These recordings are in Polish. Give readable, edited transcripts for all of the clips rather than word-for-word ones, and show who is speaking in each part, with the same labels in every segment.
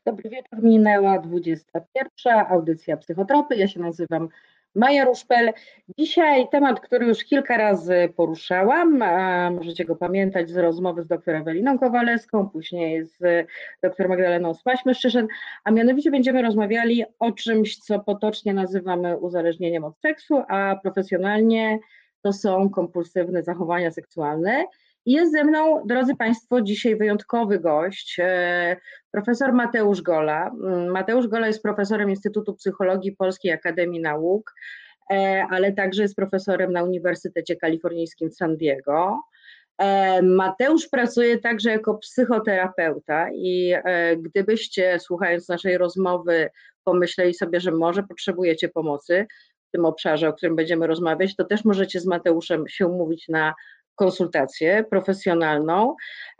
Speaker 1: Dobry wieczór, minęła 21. Audycja Psychotropy. Ja się nazywam Maja Ruszpel. Dzisiaj temat, który już kilka razy poruszałam, a możecie go pamiętać z rozmowy z dr Eweliną Kowalewską, później z dr Magdaleną Smaś-Myszczyszyn, a mianowicie będziemy rozmawiali o czymś, co potocznie nazywamy uzależnieniem od seksu, a profesjonalnie to są kompulsywne zachowania seksualne. I jest ze mną, drodzy Państwo, dzisiaj wyjątkowy gość, profesor Mateusz Gola. Mateusz Gola jest profesorem Instytutu Psychologii Polskiej Akademii Nauk, ale także jest profesorem na Uniwersytecie Kalifornijskim w San Diego. Mateusz pracuje także jako psychoterapeuta i gdybyście, słuchając naszej rozmowy, pomyśleli sobie, że może potrzebujecie pomocy w tym obszarze, o którym będziemy rozmawiać, to też możecie z Mateuszem się umówić na konsultację profesjonalną.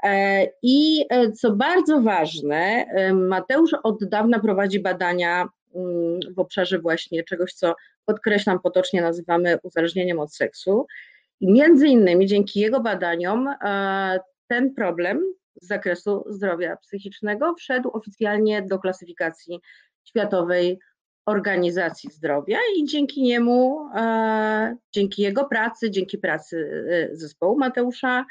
Speaker 1: I co bardzo ważne, Mateusz od dawna prowadzi badania w obszarze właśnie czegoś, co podkreślam, potocznie nazywamy uzależnieniem od seksu. I między innymi dzięki jego badaniom ten problem z zakresu zdrowia psychicznego wszedł oficjalnie do klasyfikacji Światowej Organizacji Zdrowia i dzięki niemu, dzięki jego pracy, dzięki pracy zespołu Mateusza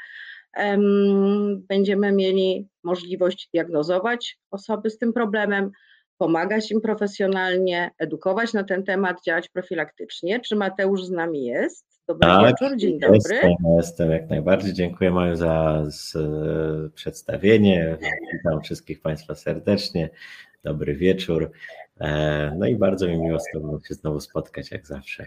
Speaker 1: będziemy mieli możliwość diagnozować osoby z tym problemem, pomagać im profesjonalnie, edukować na ten temat, działać profilaktycznie. Czy Mateusz z nami jest? Dobry wieczór, dzień dobry.
Speaker 2: Jestem jak najbardziej. Dziękuję Maju za przedstawienie. Witam wszystkich Państwa serdecznie. Dobry wieczór. No i bardzo mi miło z Tobą się znowu spotkać, jak zawsze.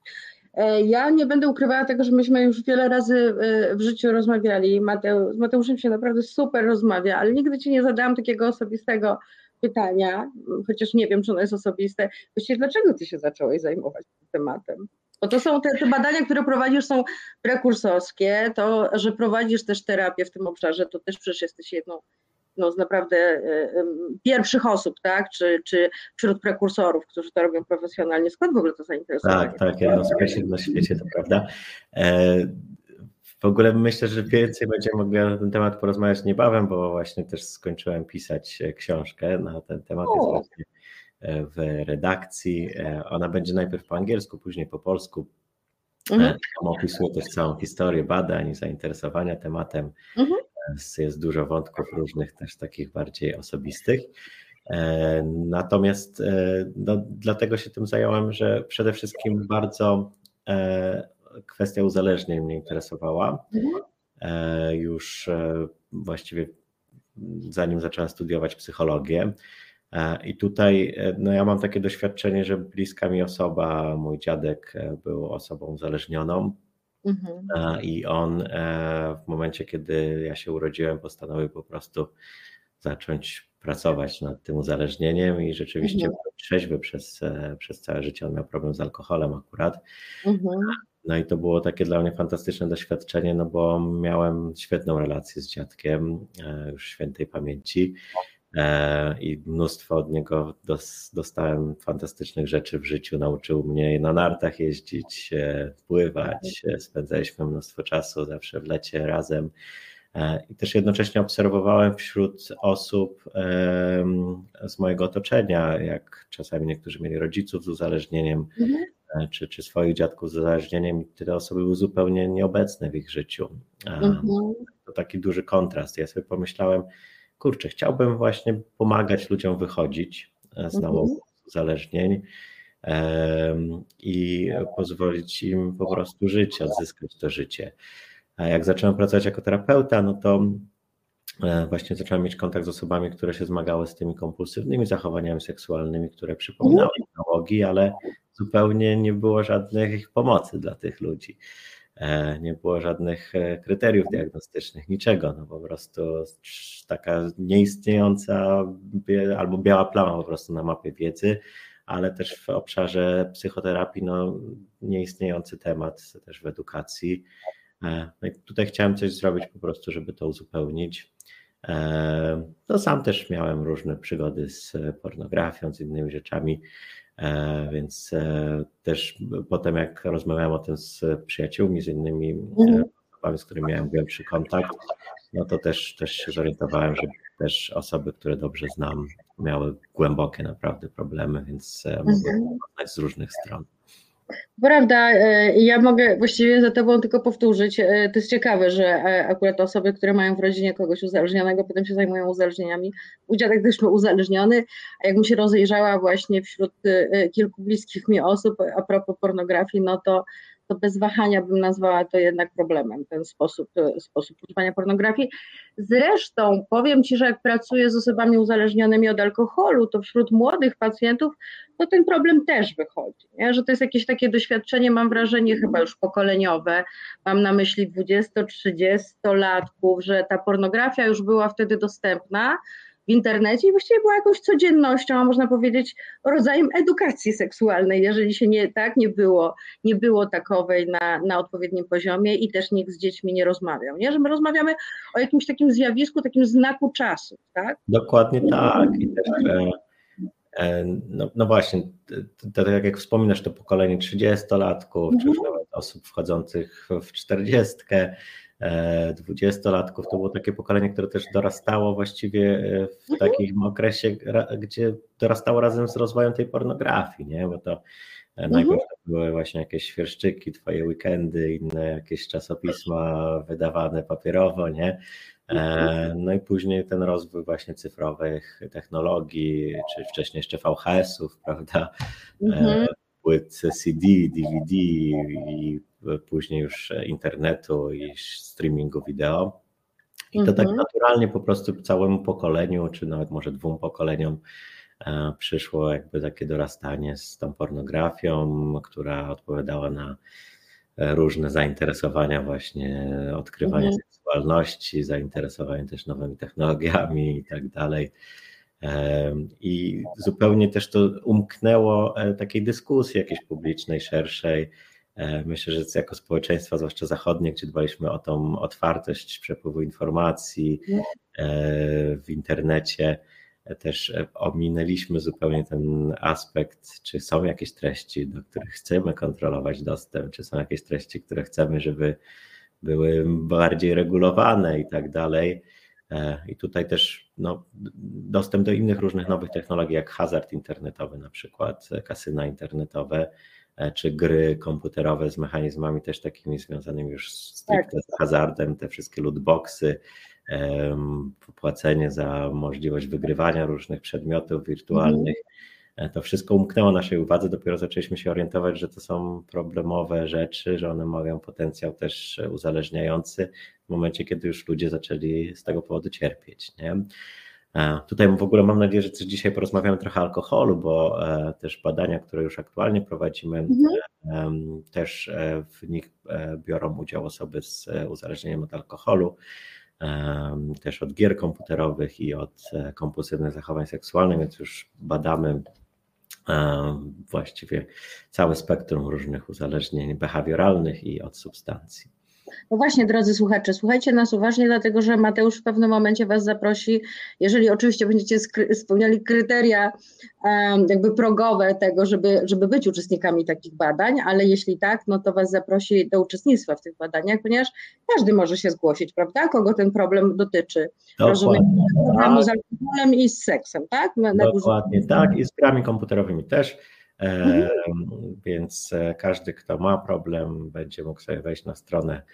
Speaker 1: Ja nie będę ukrywała tego, że myśmy już wiele razy w życiu rozmawiali. Z Mateuszem się naprawdę super rozmawia, ale nigdy Ci nie zadałam takiego osobistego pytania, chociaż nie wiem, czy ono jest osobiste. Właściwie dlaczego Ty się zacząłeś zajmować tym tematem? Bo to są te badania, które prowadzisz, są prekursorskie. To, że prowadzisz też terapię w tym obszarze, to też przecież jesteś jedną z naprawdę pierwszych osób, tak? Czy wśród prekursorów, którzy to robią profesjonalnie. Skąd w ogóle to zainteresowanie?
Speaker 2: Tak, jedną z pierwszych na świecie, to prawda. W ogóle myślę, że więcej będziemy mogli na ten temat porozmawiać niebawem, bo właśnie też skończyłem pisać książkę na ten temat. Jest właśnie w redakcji. Ona będzie najpierw po angielsku, później po polsku. Tam opisuję też całą historię badań i zainteresowania tematem. Jest dużo wątków różnych, też takich bardziej osobistych. Natomiast dlatego się tym zająłem, że przede wszystkim bardzo kwestia uzależnień mnie interesowała. Już właściwie zanim zacząłem studiować psychologię. I tutaj ja mam takie doświadczenie, że bliska mi osoba, mój dziadek był osobą uzależnioną. I on w momencie, kiedy ja się urodziłem, postanowił po prostu zacząć pracować nad tym uzależnieniem i rzeczywiście był trzeźwy przez całe życie. On miał problem z alkoholem akurat. No i to było takie dla mnie fantastyczne doświadczenie, no bo miałem świetną relację z dziadkiem, już świętej pamięci. I mnóstwo od niego dostałem fantastycznych rzeczy w życiu. Nauczył mnie na nartach jeździć, pływać, spędzaliśmy mnóstwo czasu zawsze w lecie razem. I też jednocześnie obserwowałem wśród osób z mojego otoczenia, jak czasami niektórzy mieli rodziców z uzależnieniem, czy swoich dziadków z uzależnieniem, i te osoby były zupełnie nieobecne w ich życiu. To taki duży kontrast. Ja sobie pomyślałem, kurczę, chciałbym właśnie pomagać ludziom wychodzić z nałogu uzależnień i pozwolić im po prostu żyć, odzyskać to życie. A jak zacząłem pracować jako terapeuta, no to właśnie zacząłem mieć kontakt z osobami, które się zmagały z tymi kompulsywnymi zachowaniami seksualnymi, które przypominały nałogi, ale zupełnie nie było żadnych pomocy dla tych ludzi. Nie było żadnych kryteriów diagnostycznych, niczego, no po prostu taka nieistniejąca albo biała plama po prostu na mapie wiedzy, ale też w obszarze psychoterapii nieistniejący temat też w edukacji. No i tutaj chciałem coś zrobić po prostu, żeby to uzupełnić. No sam też miałem różne przygody z pornografią, z innymi rzeczami, więc też potem jak rozmawiałem o tym z przyjaciółmi, z innymi osobami, z którymi miałem głębszy kontakt, no to też się zorientowałem, że też osoby, które dobrze znam, miały głębokie naprawdę problemy, więc mogłem poznać z różnych stron.
Speaker 1: Prawda, ja mogę właściwie za tobą tylko powtórzyć. To jest ciekawe, że akurat osoby, które mają w rodzinie kogoś uzależnionego, potem się zajmują uzależnieniami. Mój dziadek też był uzależniony, a jakbym się rozejrzała właśnie wśród kilku bliskich mi osób a propos pornografii, no to bez wahania bym nazwała to jednak problemem, ten sposób używania pornografii. Zresztą powiem ci, że jak pracuję z osobami uzależnionymi od alkoholu, to wśród młodych pacjentów to ten problem też wychodzi, nie? Że to jest jakieś takie doświadczenie, mam wrażenie, chyba już pokoleniowe, mam na myśli 20-30-latków, że ta pornografia już była wtedy dostępna w internecie i właściwie była jakąś codziennością, a można powiedzieć rodzajem edukacji seksualnej, jeżeli się nie było takowej na odpowiednim poziomie i też nikt z dziećmi nie rozmawiał, nie? Że my rozmawiamy o jakimś takim zjawisku, takim znaku czasu, tak?
Speaker 2: Dokładnie tak. I też, no właśnie, tak jak wspominasz, to pokolenie 30-latków, czy już nawet osób wchodzących w 40, 20-latków, to było takie pokolenie, które też dorastało właściwie w takim okresie, gdzie dorastało razem z rozwojem tej pornografii, nie? Bo to najpierw to były właśnie jakieś świerszczyki, twoje weekendy, inne jakieś czasopisma wydawane papierowo, nie? No i później ten rozwój właśnie cyfrowych technologii, czy wcześniej jeszcze VHS-ów, prawda? Płyt CD, DVD i później już internetu i streamingu wideo. I to tak naturalnie po prostu całemu pokoleniu, czy nawet może 2 pokoleniom przyszło jakby takie dorastanie z tą pornografią, która odpowiadała na różne zainteresowania właśnie odkrywania seksualności, zainteresowania też nowymi technologiami i tak dalej. I zupełnie też to umknęło takiej dyskusji jakiejś publicznej, szerszej. Myślę, że jako społeczeństwa, zwłaszcza zachodnie, gdzie dbaliśmy o tą otwartość przepływu informacji w internecie, też ominęliśmy zupełnie ten aspekt, czy są jakieś treści, do których chcemy kontrolować dostęp, czy są jakieś treści, które chcemy, żeby były bardziej regulowane i tak dalej. I tutaj też dostęp do innych różnych nowych technologii, jak hazard internetowy na przykład, kasyna internetowe, czy gry komputerowe z mechanizmami też takimi związanymi już stricte z hazardem, te wszystkie lootboxy, płacenie za możliwość wygrywania różnych przedmiotów wirtualnych. To wszystko umknęło naszej uwadze, dopiero zaczęliśmy się orientować, że to są problemowe rzeczy, że one mają potencjał też uzależniający w momencie, kiedy już ludzie zaczęli z tego powodu cierpieć, nie? Tutaj w ogóle mam nadzieję, że też dzisiaj porozmawiamy trochę o alkoholu, bo też badania, które już aktualnie prowadzimy, też w nich biorą udział osoby z uzależnieniem od alkoholu, też od gier komputerowych i od kompulsywnych zachowań seksualnych, więc już badamy właściwie całe spektrum różnych uzależnień behawioralnych i od substancji.
Speaker 1: No właśnie, drodzy słuchacze, słuchajcie nas uważnie, dlatego że Mateusz w pewnym momencie Was zaprosi, jeżeli oczywiście będziecie spełniali kryteria jakby progowe tego, żeby być uczestnikami takich badań, ale jeśli tak, no to Was zaprosi do uczestnictwa w tych badaniach, ponieważ każdy może się zgłosić, prawda? Kogo ten problem dotyczy. Rozumiem, problemu z alkoholem i z seksem, tak?
Speaker 2: Dokładnie tak, i z grami komputerowymi też. Więc każdy, kto ma problem, będzie mógł sobie wejść na stronę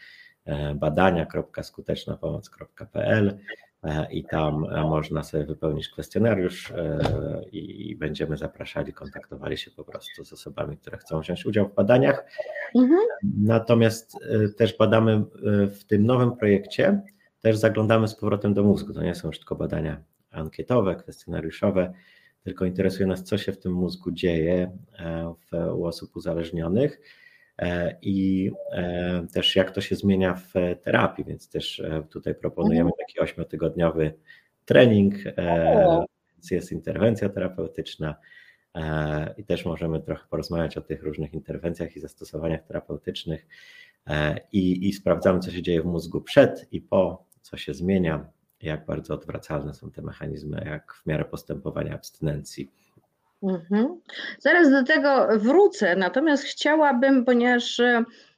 Speaker 2: badania.skutecznapomoc.pl i tam można sobie wypełnić kwestionariusz i będziemy zapraszali, kontaktowali się po prostu z osobami, które chcą wziąć udział w badaniach. Natomiast też badamy w tym nowym projekcie, też zaglądamy z powrotem do mózgu. To nie są już tylko badania ankietowe, kwestionariuszowe, tylko interesuje nas, co się w tym mózgu dzieje u osób uzależnionych i też jak to się zmienia w terapii, więc też tutaj proponujemy taki 8-tygodniowy trening, więc jest interwencja terapeutyczna i też możemy trochę porozmawiać o tych różnych interwencjach i zastosowaniach terapeutycznych i sprawdzamy, co się dzieje w mózgu przed i po, co się zmienia, jak bardzo odwracalne są te mechanizmy, jak w miarę postępowania abstynencji.
Speaker 1: Zaraz do tego wrócę, natomiast chciałabym, ponieważ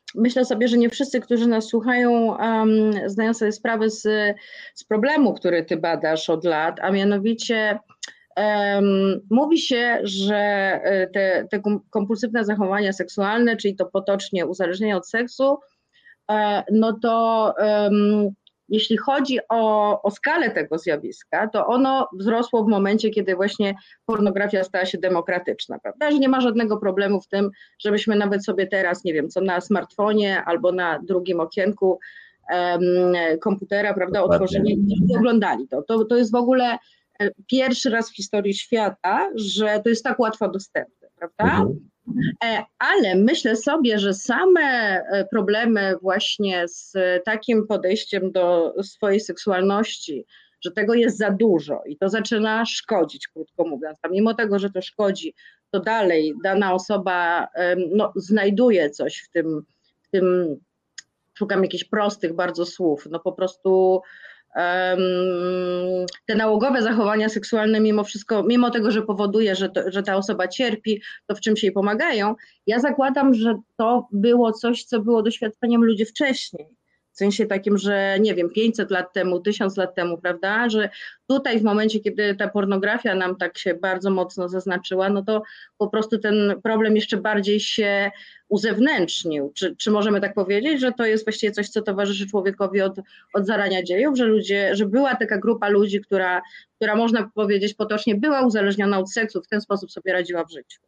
Speaker 1: myślę sobie, że nie wszyscy, którzy nas słuchają, zdają sobie sprawę z problemu, który ty badasz od lat, a mianowicie mówi się, że te kompulsywne zachowania seksualne, czyli to potocznie uzależnienie od seksu, no to jeśli chodzi o skalę tego zjawiska, to ono wzrosło w momencie, kiedy właśnie pornografia stała się demokratyczna, prawda? Że nie ma żadnego problemu w tym, żebyśmy nawet sobie teraz, nie wiem, co na smartfonie albo na drugim okienku komputera, prawda, otworzyli i oglądali to. To jest w ogóle pierwszy raz w historii świata, że to jest tak łatwo dostępne, prawda? Ale myślę sobie, że same problemy właśnie z takim podejściem do swojej seksualności, że tego jest za dużo i to zaczyna szkodzić, krótko mówiąc, a mimo tego, że to szkodzi, to dalej dana osoba no, znajduje coś w tym, szukam jakichś prostych bardzo słów, no po prostu te nałogowe zachowania seksualne mimo wszystko, mimo tego, że powoduje, że ta osoba cierpi, to w czymś jej pomagają, ja zakładam, że to było coś, co było doświadczeniem ludzi wcześniej. W sensie takim, że nie wiem, 500 lat temu, 1000 lat temu, prawda, że tutaj w momencie, kiedy ta pornografia nam tak się bardzo mocno zaznaczyła, no to po prostu ten problem jeszcze bardziej się uzewnętrznił. Czy możemy tak powiedzieć, że to jest właściwie coś, co towarzyszy człowiekowi od zarania dziejów, że była taka grupa ludzi, która można powiedzieć potocznie była uzależniona od seksu, w ten sposób sobie radziła w życiu?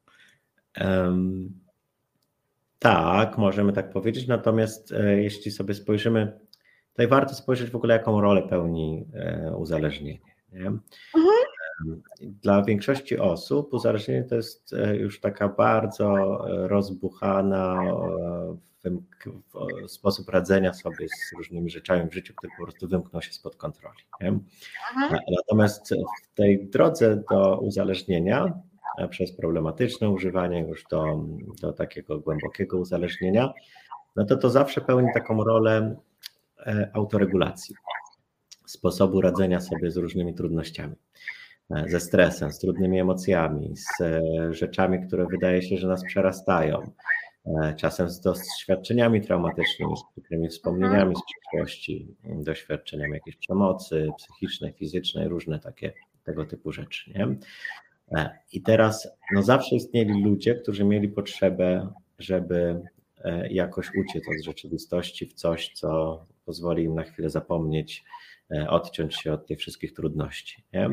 Speaker 2: Tak, możemy tak powiedzieć, natomiast jeśli sobie spojrzymy, tutaj warto spojrzeć w ogóle, jaką rolę pełni uzależnienie. Nie? Dla większości osób uzależnienie to jest już taka bardzo rozbuchana sposób radzenia sobie z różnymi rzeczami w życiu, który po prostu wymknął się spod kontroli. Nie? Natomiast w tej drodze do uzależnienia, przez problematyczne używanie już do takiego głębokiego uzależnienia, no to zawsze pełni taką rolę autoregulacji, sposobu radzenia sobie z różnymi trudnościami, ze stresem, z trudnymi emocjami, z rzeczami, które wydaje się, że nas przerastają, czasem z doświadczeniami traumatycznymi, z przykrymi wspomnieniami z przeszłości, doświadczeniami jakiejś przemocy psychicznej, fizycznej, różne tego typu rzeczy. Nie? I teraz no zawsze istnieli ludzie, którzy mieli potrzebę, żeby jakoś uciec od rzeczywistości w coś, co pozwoli im na chwilę zapomnieć, odciąć się od tych wszystkich trudności. Nie?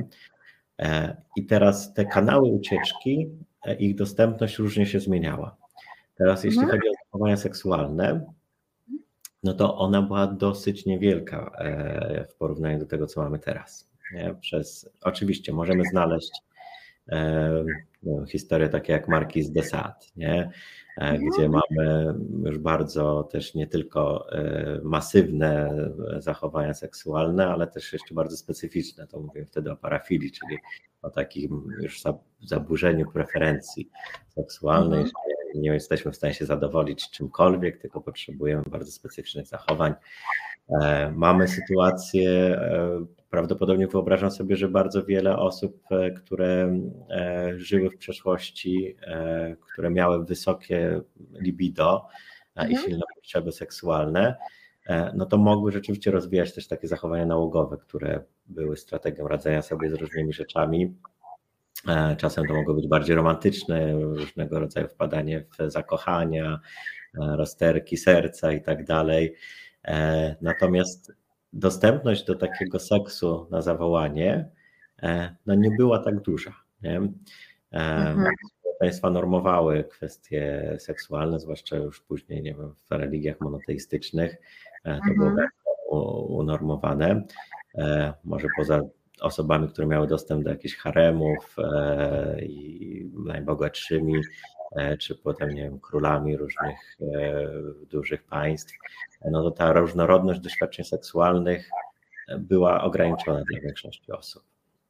Speaker 2: I teraz te kanały ucieczki, ich dostępność różnie się zmieniała. Teraz jeśli chodzi o zachowania seksualne, no to ona była dosyć niewielka w porównaniu do tego, co mamy teraz. Nie? Oczywiście możemy znaleźć historie takie jak Marquis de Sade, nie? Gdzie mamy już bardzo też nie tylko masywne zachowania seksualne, ale też jeszcze bardzo specyficzne. To mówię wtedy o parafilii, czyli o takim już zaburzeniu preferencji seksualnej, że nie jesteśmy w stanie się zadowolić czymkolwiek, tylko potrzebujemy bardzo specyficznych zachowań. Mamy sytuację, prawdopodobnie wyobrażam sobie, że bardzo wiele osób, które żyły w przeszłości, które miały wysokie libido i silne potrzeby seksualne, no to mogły rzeczywiście rozwijać też takie zachowania nałogowe, które były strategią radzenia sobie z różnymi rzeczami. Czasem to mogło być bardziej romantyczne, różnego rodzaju wpadanie w zakochania, rozterki serca i tak dalej. Natomiast dostępność do takiego seksu na zawołanie no nie była tak duża. Nie? Społeczeństwa normowały kwestie seksualne, zwłaszcza już później, nie wiem, w religiach monoteistycznych to było unormowane. Może poza osobami, które miały dostęp do jakichś haremów i najbogatszymi, czy potem, nie wiem, królami różnych dużych państw, no to ta różnorodność doświadczeń seksualnych była ograniczona dla większości osób.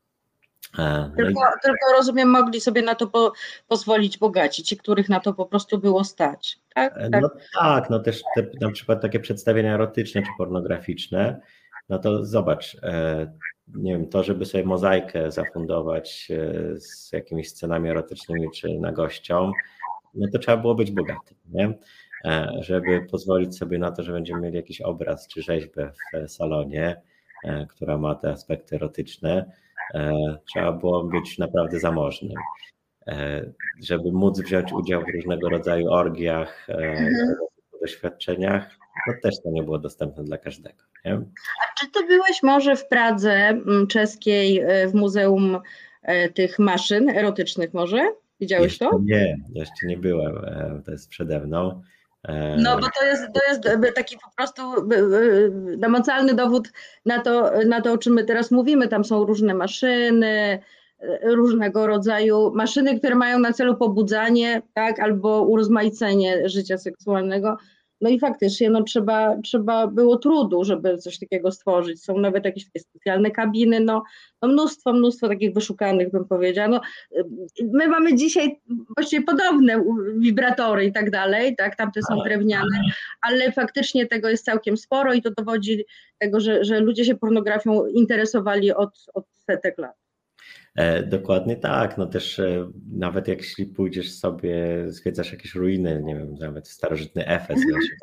Speaker 1: Tylko rozumiem, mogli sobie na to pozwolić bogaci, ci, których na to po prostu było stać. Tak?
Speaker 2: No tak, no też na przykład takie przedstawienia erotyczne czy pornograficzne, no to zobacz, nie wiem, to żeby sobie mozaikę zafundować z jakimiś scenami erotycznymi czy nagością, no to trzeba było być bogatym, nie? żeby pozwolić sobie na to, że będziemy mieli jakiś obraz czy rzeźbę w salonie, która ma te aspekty erotyczne, trzeba było być naprawdę zamożnym. Żeby móc wziąć udział w różnego rodzaju orgiach, doświadczeniach, no też to nie było dostępne dla każdego. Nie?
Speaker 1: A czy ty byłeś może w Pradze czeskiej w Muzeum tych Maszyn Erotycznych może? Widziałeś
Speaker 2: Jeszcze
Speaker 1: to?
Speaker 2: nie, jeszcze nie byłem, to jest przede mną.
Speaker 1: No bo to jest taki po prostu namacalny dowód na to, o czym my teraz mówimy. Tam są różne maszyny, różnego rodzaju maszyny, które mają na celu pobudzanie, tak, albo urozmaicenie życia seksualnego. No i faktycznie trzeba było trudu, żeby coś takiego stworzyć. Są nawet jakieś takie specjalne kabiny, no mnóstwo takich wyszukanych, bym powiedziała. No, my mamy dzisiaj właściwie podobne wibratory i tak dalej, tak, tamte są drewniane, ale faktycznie tego jest całkiem sporo i to dowodzi tego, że ludzie się pornografią interesowali od setek lat.
Speaker 2: Dokładnie tak, no też nawet jeśli pójdziesz sobie, zwiedzasz jakieś ruiny, nie wiem, nawet starożytny Efes,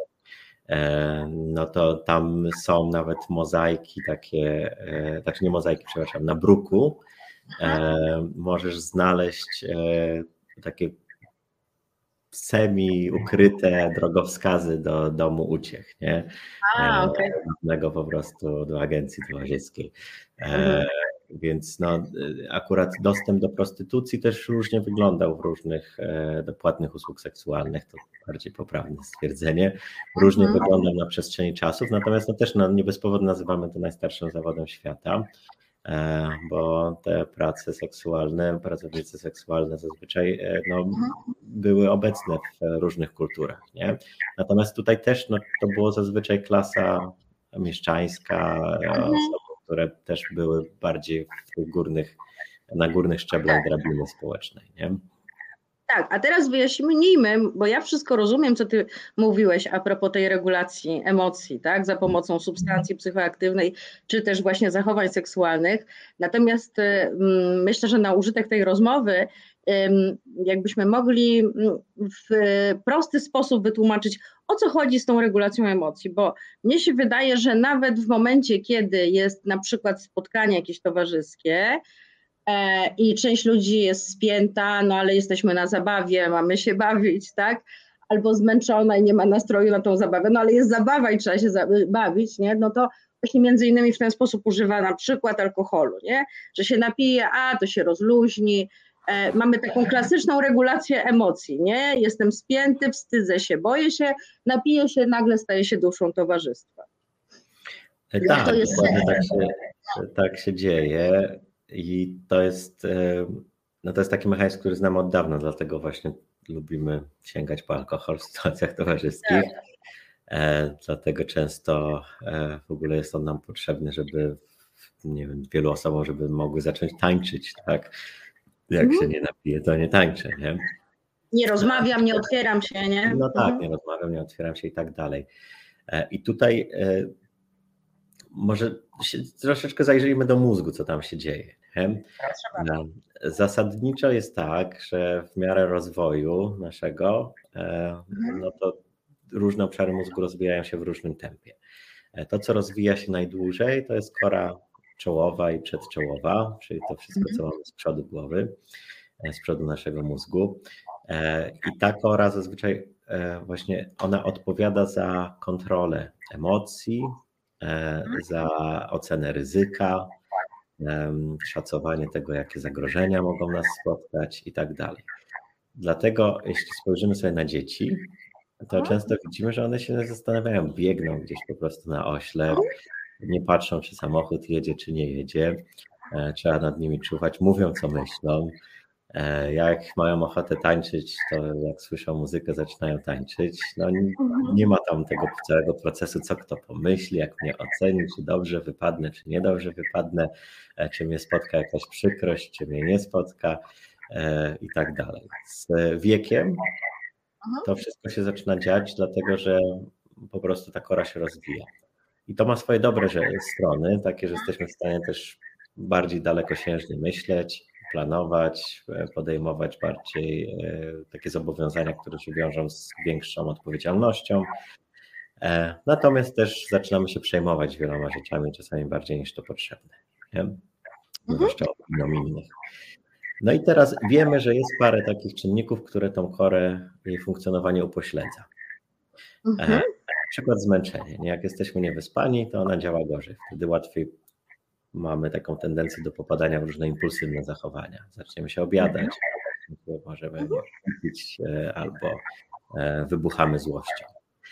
Speaker 2: no to tam są nawet mozaiki takie, znaczy nie mozaiki, przepraszam, na bruku możesz znaleźć takie semi-ukryte drogowskazy do domu uciech, nie? Okay. Po prostu do agencji towarzyskiej. Więc no, akurat dostęp do prostytucji też różnie wyglądał w różnych do płatnych usług seksualnych, to bardziej poprawne stwierdzenie, różnie wyglądał na przestrzeni czasów, natomiast no też nie bez powodu nazywamy to najstarszym zawodem świata, bo te prace seksualne, pracownice seksualne zazwyczaj no, były obecne w różnych kulturach, nie? Natomiast tutaj też no, to było zazwyczaj klasa mieszczańska, osoby, które też były bardziej w tych na górnych szczeblach drabiny społecznej, nie?
Speaker 1: Tak, a teraz wyjaśnijmy, bo ja wszystko rozumiem, co ty mówiłeś a propos tej regulacji emocji, tak, za pomocą substancji psychoaktywnej, czy też właśnie zachowań seksualnych. Natomiast myślę, że na użytek tej rozmowy jakbyśmy mogli w prosty sposób wytłumaczyć, o co chodzi z tą regulacją emocji, bo mnie się wydaje, że nawet w momencie, kiedy jest na przykład spotkanie jakieś towarzyskie, i część ludzi jest spięta, no ale jesteśmy na zabawie, mamy się bawić, tak? Albo zmęczona i nie ma nastroju na tą zabawę, no ale jest zabawa i trzeba się bawić, nie? No to właśnie między innymi w ten sposób używa na przykład alkoholu, nie? Że się napije, to się rozluźni. Mamy taką klasyczną regulację emocji, nie? Jestem spięty, wstydzę się, boję się, napiję się, nagle staję się duszą towarzystwa.
Speaker 2: Tak, to jest tak się dzieje. I to jest taki mechanizm, który znamy od dawna, dlatego właśnie lubimy sięgać po alkohol w sytuacjach towarzyskich. Dlatego często w ogóle jest on nam potrzebny, żeby, nie wiem, wielu osobom, żeby mogły zacząć tańczyć, tak? Jak się nie napije, to nie tańczę, nie?
Speaker 1: Nie rozmawiam, nie otwieram się, nie?
Speaker 2: No tak, nie rozmawiam, nie otwieram się i tak dalej. I tutaj może troszeczkę zajrzyjmy do mózgu, co tam się dzieje. Zasadniczo jest tak, że w miarę rozwoju naszego, no to różne obszary mózgu rozwijają się w różnym tempie. To, co rozwija się najdłużej, to jest kora czołowa i przedczołowa, czyli to wszystko, co mamy z przodu głowy, z przodu naszego mózgu. I ta kora zazwyczaj właśnie ona odpowiada za kontrolę emocji, za ocenę ryzyka, szacowanie tego, jakie zagrożenia mogą nas spotkać i tak dalej. Dlatego jeśli spojrzymy sobie na dzieci, to często widzimy, że one się nie zastanawiają, biegną gdzieś po prostu na oślep, nie patrzą, czy samochód jedzie, czy nie jedzie, trzeba nad nimi czuwać, mówią, co myślą. Jak mają ochotę tańczyć, to jak słyszą muzykę, zaczynają tańczyć. No, nie ma tam tego całego procesu, co kto pomyśli, jak mnie oceni, czy dobrze wypadnę, czy niedobrze wypadnę, czy mnie spotka jakaś przykrość, czy mnie nie spotka i tak dalej. Z wiekiem to wszystko się zaczyna dziać, dlatego że po prostu ta kora się rozwija. I to ma swoje dobre strony, takie, że jesteśmy w stanie też bardziej dalekosiężnie myśleć, planować, podejmować bardziej takie zobowiązania, które się wiążą z większą odpowiedzialnością. Natomiast też zaczynamy się przejmować wieloma rzeczami, czasami bardziej niż to potrzebne, nie? Zwłaszcza opinią innych. No i teraz wiemy, że jest parę takich czynników, które tą korę, jej funkcjonowanie upośledza. Na przykład zmęczenie. Nie? Jak jesteśmy niewyspani, to ona działa gorzej. Wtedy łatwiej mamy taką tendencję do popadania w różne impulsywne zachowania. Zaczniemy się obiadać, możemy pić albo wybuchamy złością.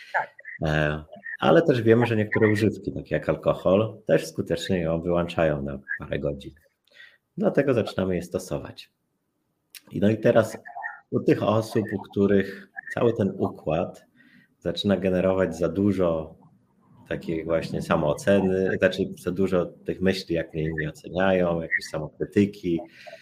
Speaker 2: Ale też wiemy, że niektóre używki, takie jak alkohol, też skutecznie ją wyłączają na parę godzin. Dlatego zaczynamy je stosować. No i teraz u tych osób, u których cały ten układ zaczyna generować za dużo takiej właśnie samooceny, znaczy za dużo tych myśli, jak mnie inni oceniają, jakieś samokrytyki.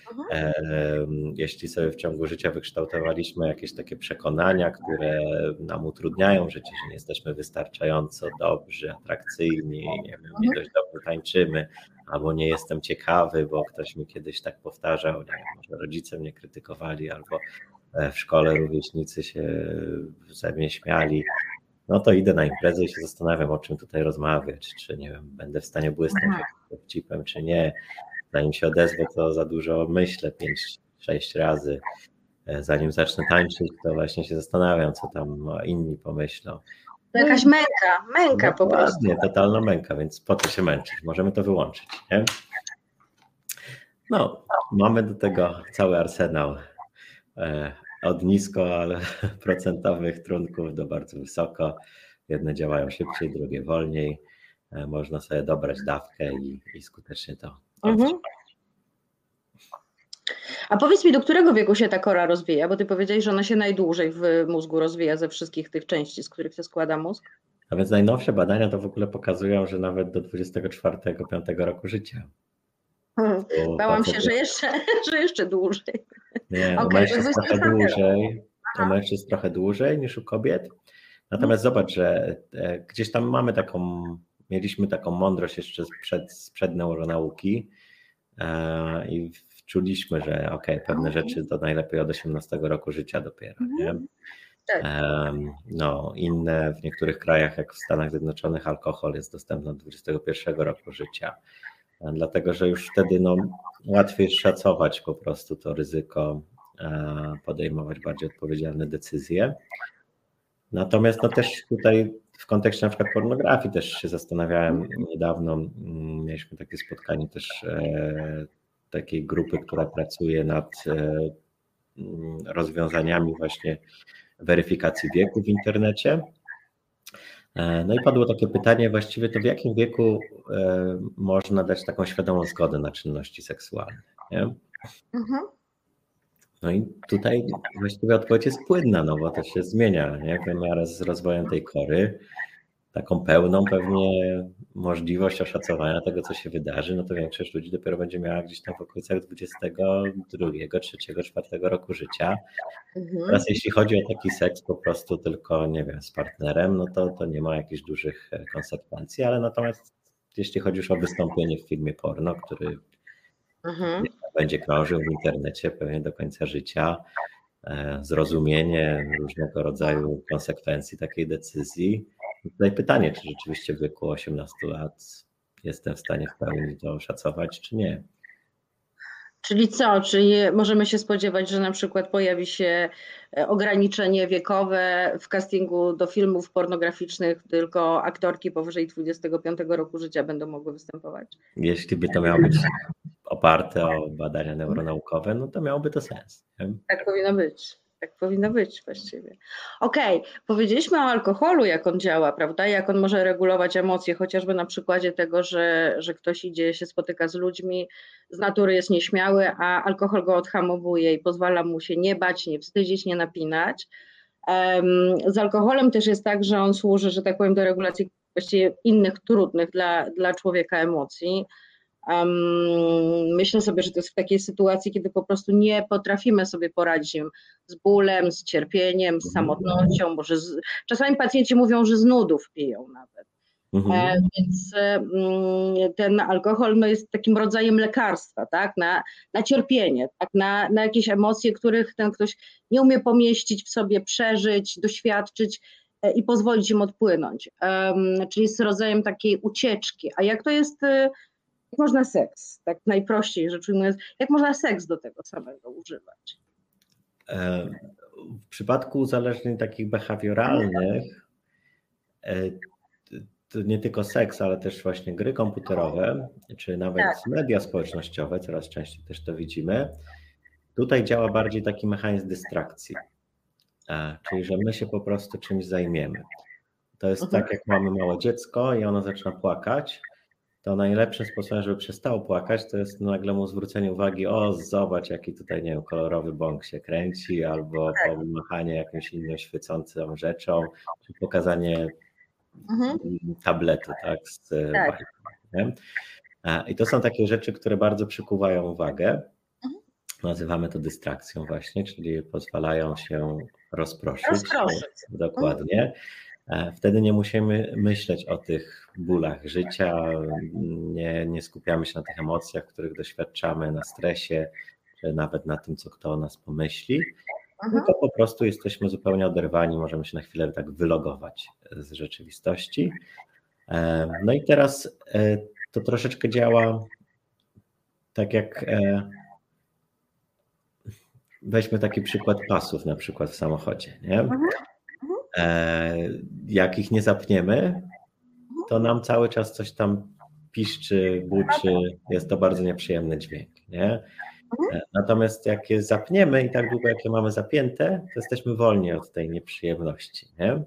Speaker 2: Jeśli sobie w ciągu życia wykształtowaliśmy jakieś takie przekonania, które nam utrudniają życie, że nie jesteśmy wystarczająco dobrzy, atrakcyjni, nie wiem, nie dość dobrze tańczymy, albo nie jestem ciekawy, bo ktoś mi kiedyś tak powtarzał, nie wiem, może rodzice mnie krytykowali, albo w szkole rówieśnicy się ze mnie śmiali, no to idę na imprezę i się zastanawiam, o czym tutaj rozmawiać, czy nie wiem, będę w stanie błysnąć dowcipem, czy nie. Zanim się odezwę, to za dużo myślę 5-6 razy. Zanim zacznę tańczyć, to właśnie się zastanawiam, co tam inni pomyślą.
Speaker 1: To jakaś męka po prostu.
Speaker 2: Nie, totalna męka, więc po co się męczyć? Możemy to wyłączyć, nie? No, mamy do tego cały arsenał od nisko, ale procentowych trunków do bardzo wysoko. Jedne działają szybciej, drugie wolniej. Można sobie dobrać dawkę i skutecznie to oddziałać.
Speaker 1: A powiedz mi, do którego wieku się ta kora rozwija? Bo ty powiedziałeś, że ona się najdłużej w mózgu rozwija ze wszystkich tych części, z których się składa mózg.
Speaker 2: A więc najnowsze badania to w ogóle pokazują, że nawet do 24-25 roku życia.
Speaker 1: Bałam się, że jeszcze dłużej.
Speaker 2: Nie, u mężczyzn trochę dłużej. U mężczyzn trochę dłużej niż u kobiet. Natomiast zobacz, że gdzieś tam mieliśmy taką mądrość jeszcze sprzed neuronauki i czuliśmy, że pewne rzeczy to najlepiej od 18 roku życia dopiero, nie?
Speaker 1: Tak.
Speaker 2: No, inne w niektórych krajach, jak w Stanach Zjednoczonych, alkohol jest dostępny od 21 roku życia. Dlatego, że już wtedy łatwiej szacować po prostu to ryzyko, podejmować bardziej odpowiedzialne decyzje. Natomiast też tutaj w kontekście na przykład pornografii też się zastanawiałem niedawno, mieliśmy takie spotkanie też takiej grupy, która pracuje nad rozwiązaniami właśnie weryfikacji wieku w internecie. No i padło takie pytanie właściwie, to w jakim wieku można dać taką świadomą zgodę na czynności seksualne, nie? No i tutaj właściwie odpowiedź jest płynna, no bo to się zmienia, nie? W miarę z rozwojem tej kory, taką pełną pewnie możliwość oszacowania tego, co się wydarzy, no to większość ludzi dopiero będzie miała gdzieś tam w okolicach 22, 3, 4 roku życia. Teraz jeśli chodzi o taki seks po prostu tylko, nie wiem, z partnerem, no to nie ma jakichś dużych konsekwencji, ale natomiast jeśli chodzi już o wystąpienie w filmie porno, który będzie krążył w internecie pewnie do końca życia, zrozumienie różnego rodzaju konsekwencji takiej decyzji. Tutaj pytanie, czy rzeczywiście w wieku 18 lat jestem w stanie w pełni to oszacować, czy nie.
Speaker 1: Czyli co? Czyli możemy się spodziewać, że na przykład pojawi się ograniczenie wiekowe w castingu do filmów pornograficznych, tylko aktorki powyżej 25 roku życia będą mogły występować?
Speaker 2: Jeśli by to miało być oparte o badania neuronaukowe, no to miałoby to sens. Nie?
Speaker 1: Tak powinno być. Tak powinno być właściwie. Okej, powiedzieliśmy o alkoholu, jak on działa, prawda? Jak on może regulować emocje, chociażby na przykładzie tego, że ktoś idzie, się spotyka z ludźmi, z natury jest nieśmiały, a alkohol go odhamowuje i pozwala mu się nie bać, nie wstydzić, nie napinać. Z alkoholem też jest tak, że on służy, że tak powiem, do regulacji właściwie innych trudnych dla człowieka emocji. Myślę sobie, że to jest w takiej sytuacji, kiedy po prostu nie potrafimy sobie poradzić z bólem, z cierpieniem, z samotnością, czasami pacjenci mówią, że z nudów piją nawet. Więc ten alkohol no, jest takim rodzajem lekarstwa, tak? Na cierpienie, tak? Na jakieś emocje, których ten ktoś nie umie pomieścić w sobie, przeżyć, doświadczyć i pozwolić im odpłynąć. Czyli jest rodzajem takiej ucieczki. A jak to jest, jak można seks, tak najprościej rzecz ujmując, jak można seks do tego samego używać?
Speaker 2: W przypadku uzależnień takich behawioralnych, to nie tylko seks, ale też właśnie gry komputerowe, czy nawet media społecznościowe, coraz częściej też to widzimy. Tutaj działa bardziej taki mechanizm dystrakcji, czyli że my się po prostu czymś zajmiemy. To jest tak, jak mamy małe dziecko i ono zaczyna płakać, to najlepszym sposobem, żeby przestało płakać, to jest nagle mu zwrócenie uwagi, o zobacz, jaki tutaj, nie wiem, kolorowy bąk się kręci, albo pomachanie jakąś inną świecącą rzeczą, czy pokazanie tabletu, tak, z bajką. I to są takie rzeczy, które bardzo przykuwają uwagę. Nazywamy to dystrakcją właśnie, czyli pozwalają się rozproszyć. Dokładnie. Wtedy nie musimy myśleć o tych bólach życia, nie skupiamy się na tych emocjach, których doświadczamy, na stresie, czy nawet na tym, co kto o nas pomyśli, tylko po prostu jesteśmy zupełnie oderwani, możemy się na chwilę tak wylogować z rzeczywistości. No i teraz to troszeczkę działa tak jak, weźmy taki przykład pasów na przykład w samochodzie, nie? Jak ich nie zapniemy, to nam cały czas coś tam piszczy, buczy, jest to bardzo nieprzyjemny dźwięk, nie? Natomiast jak je zapniemy i tak długo jak je mamy zapięte, to jesteśmy wolni od tej nieprzyjemności, nie?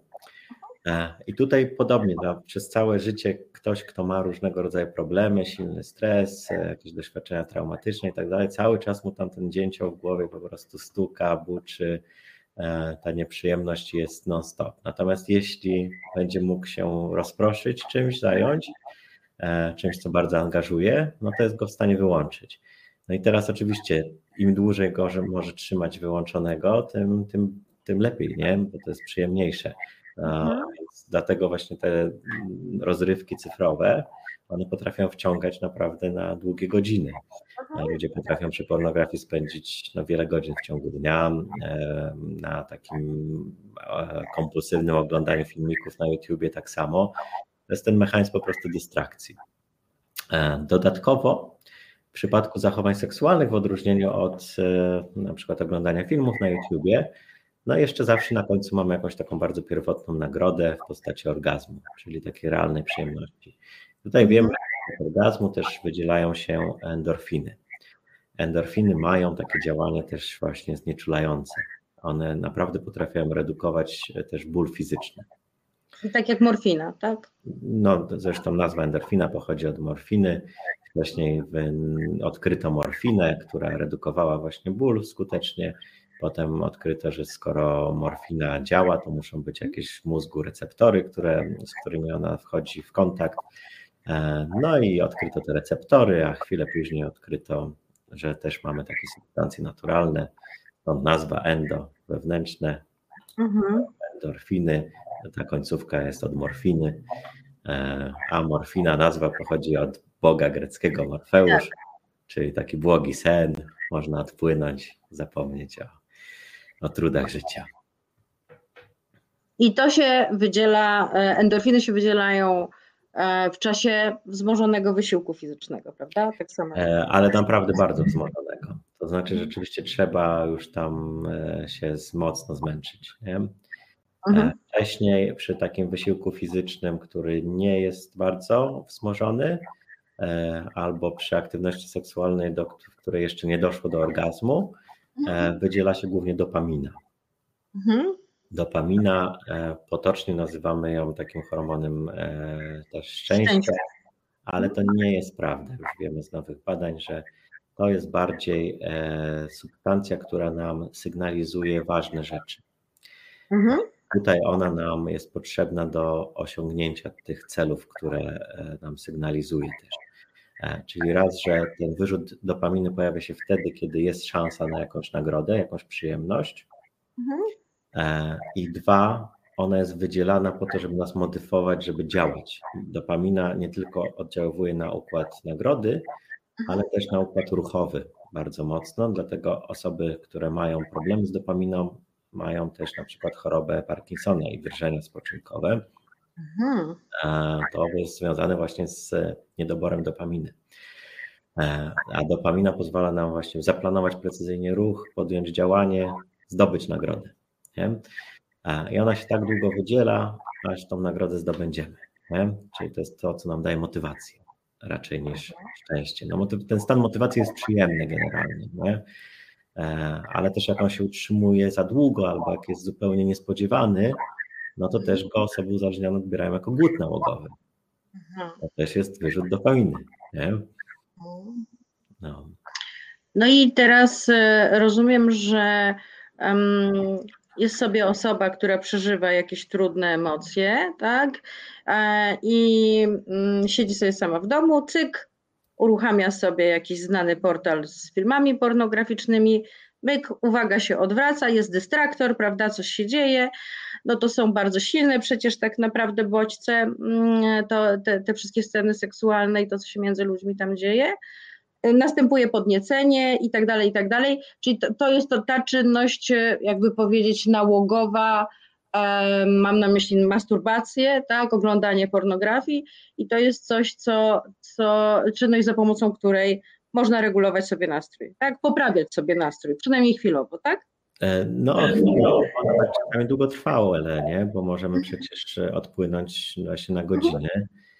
Speaker 2: I tutaj podobnie, przez całe życie ktoś, kto ma różnego rodzaju problemy, silny stres, jakieś doświadczenia traumatyczne i tak dalej, cały czas mu tam ten dzięcioł w głowie po prostu stuka, buczy, ta nieprzyjemność jest non-stop. Natomiast jeśli będzie mógł się rozproszyć, czymś zająć, czymś, co bardzo angażuje, no to jest go w stanie wyłączyć. No i teraz oczywiście im dłużej go może trzymać wyłączonego, tym lepiej, nie? Bo to jest przyjemniejsze. Więc dlatego właśnie te rozrywki cyfrowe, one potrafią wciągać naprawdę na długie godziny. Ludzie potrafią przy pornografii spędzić wiele godzin w ciągu dnia, na takim kompulsywnym oglądaniu filmików na YouTubie tak samo. To jest ten mechanizm po prostu dystrakcji. Dodatkowo w przypadku zachowań seksualnych, w odróżnieniu od na przykład oglądania filmów na YouTubie, no jeszcze zawsze na końcu mamy jakąś taką bardzo pierwotną nagrodę w postaci orgazmu, czyli takiej realnej przyjemności. Tutaj wiemy, że z orgazmu też wydzielają się endorfiny. Endorfiny mają takie działanie też właśnie znieczulające. One naprawdę potrafią redukować też ból fizyczny.
Speaker 1: Tak jak morfina, tak?
Speaker 2: No zresztą nazwa endorfina pochodzi od morfiny. Wcześniej odkryto morfinę, która redukowała właśnie ból skutecznie. Potem odkryto, że skoro morfina działa, to muszą być jakieś w mózgu receptory, z którymi ona wchodzi w kontakt. No i odkryto te receptory, a chwilę później odkryto, że też mamy takie substancje naturalne, stąd nazwa endo, wewnętrzne, endorfiny, ta końcówka jest od morfiny, a morfina, nazwa pochodzi od boga greckiego Morfeusz, czyli taki błogi sen, można odpłynąć, zapomnieć o trudach życia.
Speaker 1: I to się wydziela, endorfiny się wydzielają w czasie wzmożonego wysiłku fizycznego, prawda? Tak samo.
Speaker 2: Ale naprawdę bardzo wzmożonego. To znaczy rzeczywiście trzeba już tam się mocno zmęczyć. Nie? Wcześniej przy takim wysiłku fizycznym, który nie jest bardzo wzmożony, albo przy aktywności seksualnej, w której jeszcze nie doszło do orgazmu, wydziela się głównie dopamina. Dopamina, potocznie nazywamy ją takim hormonem też szczęścia, ale to nie jest prawda. Już wiemy z nowych badań, że to jest bardziej substancja, która nam sygnalizuje ważne rzeczy. Tutaj ona nam jest potrzebna do osiągnięcia tych celów, które nam sygnalizuje też. Czyli raz, że ten wyrzut dopaminy pojawia się wtedy, kiedy jest szansa na jakąś nagrodę, jakąś przyjemność. I dwa, ona jest wydzielana po to, żeby nas motywować, żeby działać. Dopamina nie tylko oddziaływuje na układ nagrody, ale też na układ ruchowy bardzo mocno, dlatego osoby, które mają problemy z dopaminą, mają też na przykład chorobę Parkinsona i drżenia spoczynkowe. To jest związane właśnie z niedoborem dopaminy. A dopamina pozwala nam właśnie zaplanować precyzyjnie ruch, podjąć działanie, zdobyć nagrodę. Nie? I ona się tak długo wydziela, aż tą nagrodę zdobędziemy. Nie? Czyli to jest to, co nam daje motywację raczej niż szczęście. No, ten stan motywacji jest przyjemny generalnie, nie? Ale też jak on się utrzymuje za długo albo jak jest zupełnie niespodziewany, no to też go osoby uzależnione odbierają jako głód nałogowy. To też jest wyrzut dopaminy. Nie?
Speaker 1: No i teraz rozumiem, że jest sobie osoba, która przeżywa jakieś trudne emocje, tak? I siedzi sobie sama w domu, cyk, uruchamia sobie jakiś znany portal z filmami pornograficznymi, myk, uwaga się odwraca, jest dystraktor, prawda, coś się dzieje, no to są bardzo silne przecież tak naprawdę bodźce, te wszystkie sceny seksualne i to, co się między ludźmi tam dzieje. Następuje podniecenie i tak dalej, i tak dalej. Czyli to jest ta czynność, jakby powiedzieć, nałogowa, mam na myśli masturbację, tak, oglądanie pornografii i to jest coś, czynność za pomocą której można regulować sobie nastrój, tak, poprawiać sobie nastrój, przynajmniej chwilowo, tak?
Speaker 2: No, chwilowo, tak czasami długotrwało, ale nie, bo możemy przecież odpłynąć właśnie na godzinę.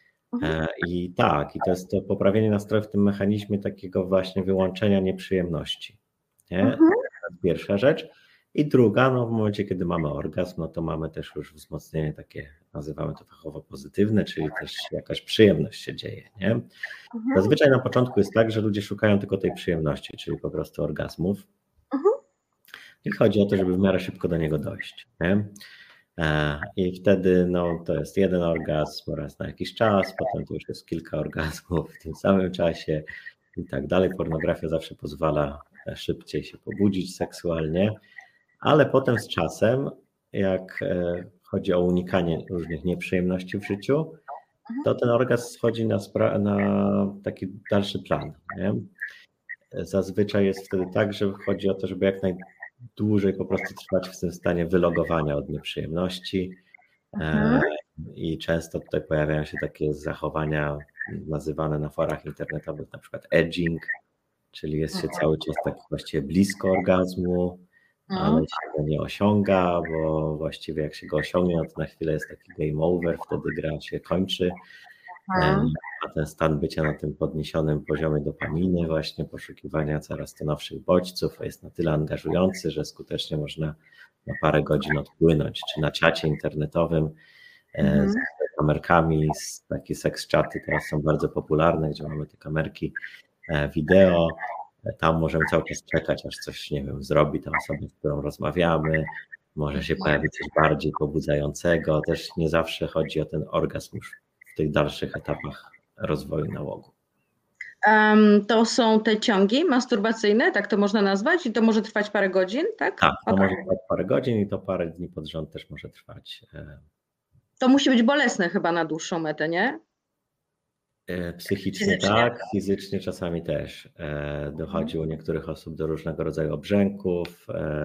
Speaker 2: I tak, i to jest to poprawienie nastroju w tym mechanizmie takiego właśnie wyłączenia nieprzyjemności. Nie? To jest pierwsza rzecz. I druga, no w momencie, kiedy mamy orgazm, no to mamy też już wzmocnienie takie, nazywamy to fachowo pozytywne, czyli też jakaś przyjemność się dzieje. Nie? Zazwyczaj na początku jest tak, że ludzie szukają tylko tej przyjemności, czyli po prostu orgazmów. I chodzi o to, żeby w miarę szybko do niego dojść. Nie? I wtedy no, to jest jeden orgazm raz na jakiś czas, potem to już jest kilka orgazmów w tym samym czasie i tak dalej. Pornografia zawsze pozwala szybciej się pobudzić seksualnie, ale potem z czasem, jak chodzi o unikanie różnych nieprzyjemności w życiu, to ten orgazm schodzi na taki dalszy plan. Nie? Zazwyczaj jest wtedy tak, że chodzi o to, żeby jak najdłużej po prostu trwać w tym stanie wylogowania od nieprzyjemności. I często tutaj pojawiają się takie zachowania nazywane na forach internetowych na przykład edging, czyli jest się cały czas tak właściwie blisko orgazmu, ale się go nie osiąga, bo właściwie jak się go osiągnie, no to na chwilę jest taki game over, wtedy gra się kończy. A ten stan bycia na tym podniesionym poziomie dopaminy, właśnie poszukiwania coraz to nowszych bodźców jest na tyle angażujący, że skutecznie można na parę godzin odpłynąć, czy na czacie internetowym z kamerkami, takie seks czaty teraz są bardzo popularne, gdzie mamy te kamerki wideo, tam możemy cały czas czekać, aż coś, nie wiem, zrobi ta osoba, z którą rozmawiamy, może się pojawić coś bardziej pobudzającego, też nie zawsze chodzi o ten orgazm już w tych dalszych etapach rozwoju nałogu.
Speaker 1: To są te ciągi masturbacyjne, tak to można nazwać i to może trwać parę godzin, tak?
Speaker 2: Tak, to może trwać parę godzin i to parę dni pod rząd też może trwać.
Speaker 1: To musi być bolesne chyba na dłuższą metę, nie?
Speaker 2: Psychicznie
Speaker 1: Fizycznie.
Speaker 2: tak, fizycznie czasami też. Dochodzi u niektórych osób do różnego rodzaju obrzęków.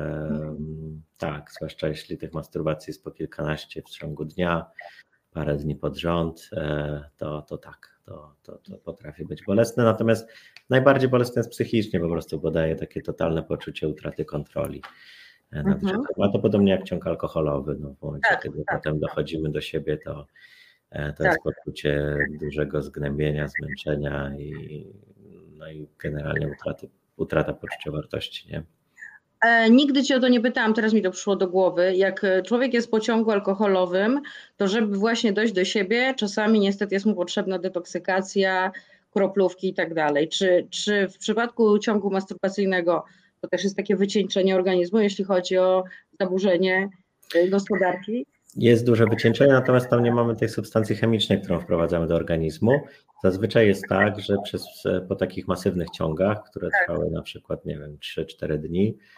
Speaker 2: Tak, zwłaszcza jeśli tych masturbacji jest po kilkanaście w ciągu dnia, parę dni pod rząd, to tak, to potrafi być bolesne. Natomiast najbardziej bolesne jest psychicznie po prostu, bo daje takie totalne poczucie utraty kontroli nad życiem. A to podobnie jak ciąg alkoholowy. No, w momencie, kiedy potem dochodzimy do siebie, to jest poczucie dużego zgnębienia, zmęczenia no i generalnie utrata poczucia wartości. Nie?
Speaker 1: Nigdy cię o to nie pytałam, teraz mi to przyszło do głowy. Jak człowiek jest po ciągu alkoholowym, to żeby właśnie dojść do siebie, czasami niestety jest mu potrzebna detoksykacja, kroplówki i tak dalej. Czy w przypadku ciągu masturbacyjnego to też jest takie wycieńczenie organizmu, jeśli chodzi o zaburzenie gospodarki?
Speaker 2: Jest duże wycieńczenie, natomiast tam nie mamy tej substancji chemicznej, którą wprowadzamy do organizmu. Zazwyczaj jest tak, że po takich masywnych ciągach, które trwały na przykład, nie wiem, 3-4 dni,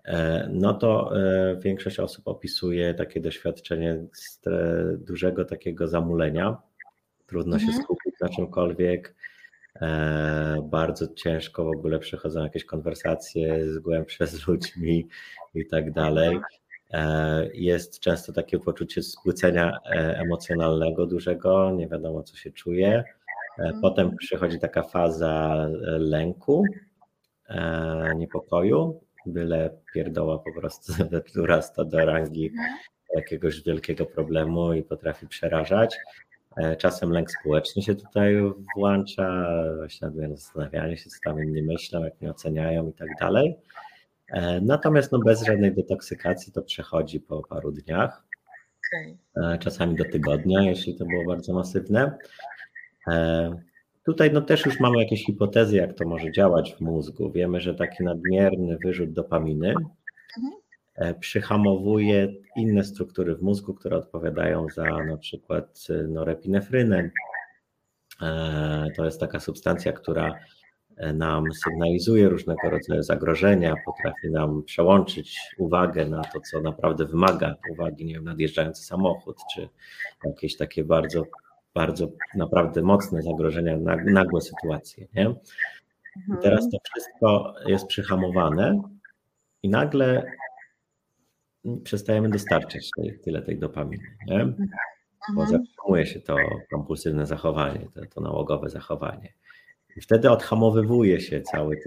Speaker 2: no to większość osób opisuje takie doświadczenie dużego takiego zamulenia. Trudno się skupić na czymkolwiek. Bardzo ciężko w ogóle przechodzą jakieś konwersacje głębsze z ludźmi i tak dalej. Jest często takie poczucie spłycenia emocjonalnego dużego, nie wiadomo co się czuje. Potem przychodzi taka faza lęku, niepokoju, byle pierdoła po prostu urasta do rangi jakiegoś wielkiego problemu i potrafi przerażać. Czasem lęk społeczny się tutaj włącza, właśnie zastanawianie się, co tam inni myślą, jak mnie oceniają i tak dalej. Natomiast bez żadnej detoksykacji to przechodzi po paru dniach, czasami do tygodnia, jeśli to było bardzo masywne. Tutaj też już mamy jakieś hipotezy, jak to może działać w mózgu. Wiemy, że taki nadmierny wyrzut dopaminy przyhamowuje inne struktury w mózgu, które odpowiadają za na przykład norepinefrynę. To jest taka substancja, która nam sygnalizuje różnego rodzaju zagrożenia, potrafi nam przełączyć uwagę na to, co naprawdę wymaga uwagi, nie wiem, nadjeżdżający samochód, czy jakieś takie bardzo, bardzo naprawdę mocne zagrożenia, nagłe sytuacje. Nie? I teraz to wszystko jest przyhamowane i nagle przestajemy dostarczać tyle tej dopaminy, nie? Bo zatrzymuje się to kompulsywne zachowanie, to nałogowe zachowanie. I wtedy odhamowywuje się cały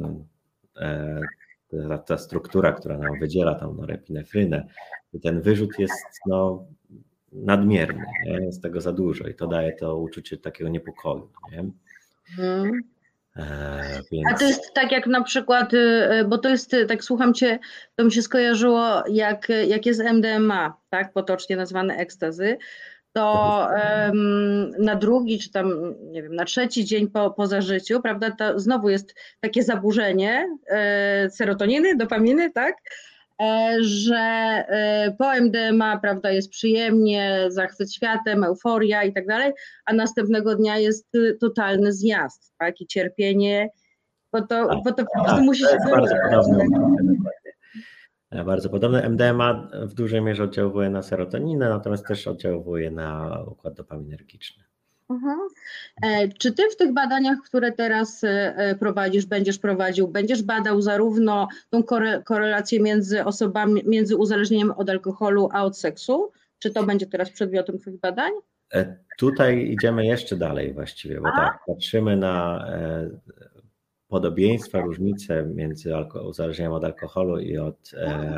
Speaker 2: ta struktura, która nam wydziela tą norepinefrynę. I ten wyrzut jest nadmierny, nie? Jest tego za dużo i to daje to uczucie takiego niepokoju. Nie?
Speaker 1: A to jest tak jak na przykład, bo to jest, tak słucham Cię, to mi się skojarzyło jak jest MDMA, tak, potocznie nazwane ekstazy, to na drugi czy tam, nie wiem, na trzeci dzień po zażyciu, prawda, to znowu jest takie zaburzenie serotoniny, dopaminy, tak, że po MDMA, prawda, jest przyjemnie, zachwyt światem, euforia i tak dalej, a następnego dnia jest totalny zjazd, tak, i cierpienie, bo to po prostu musi się
Speaker 2: bardzo podobne. MDMA w dużej mierze oddziałuje na serotoninę, natomiast też oddziałuje na układ dopaminergiczny.
Speaker 1: Czy Ty w tych badaniach, które teraz prowadzisz, będziesz badał zarówno tą korelację między osobami, między uzależnieniem od alkoholu a od seksu? Czy to będzie teraz przedmiotem Twoich badań?
Speaker 2: Tutaj idziemy jeszcze dalej właściwie, bo tak, patrzymy na podobieństwa, różnice między uzależnieniem od alkoholu i od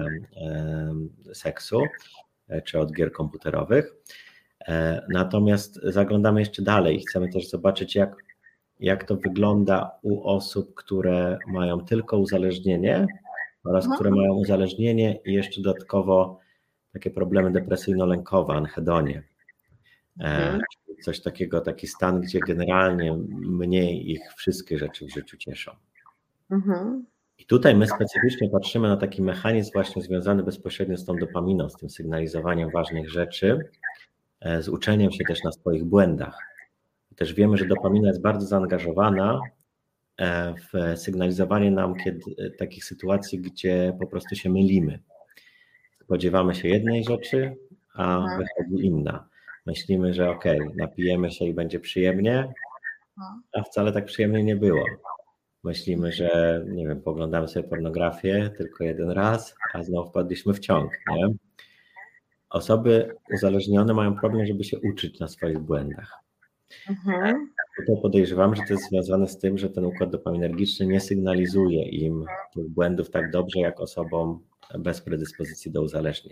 Speaker 2: seksu, czy od gier komputerowych. Natomiast zaglądamy jeszcze dalej i chcemy też zobaczyć, jak to wygląda u osób, które mają tylko uzależnienie oraz które mają uzależnienie i jeszcze dodatkowo takie problemy depresyjno-lękowe, anhedonie. Coś takiego, taki stan, gdzie generalnie mniej ich wszystkie rzeczy w życiu cieszą. I tutaj my specyficznie patrzymy na taki mechanizm właśnie związany bezpośrednio z tą dopaminą, z tym sygnalizowaniem ważnych rzeczy, z uczeniem się też na swoich błędach. I też wiemy, że dopamina jest bardzo zaangażowana w sygnalizowanie nam takich sytuacji, gdzie po prostu się mylimy. Spodziewamy się jednej rzeczy, a wychodzi inna. Myślimy, że napijemy się i będzie przyjemnie, a wcale tak przyjemnie nie było. Myślimy, że nie wiem, poglądamy sobie pornografię tylko jeden raz, a znowu wpadliśmy w ciąg. Nie? Osoby uzależnione mają problem, żeby się uczyć na swoich błędach. Tutaj podejrzewam, że to jest związane z tym, że ten układ dopaminergiczny nie sygnalizuje im tych błędów tak dobrze, jak osobom bez predyspozycji do uzależnień.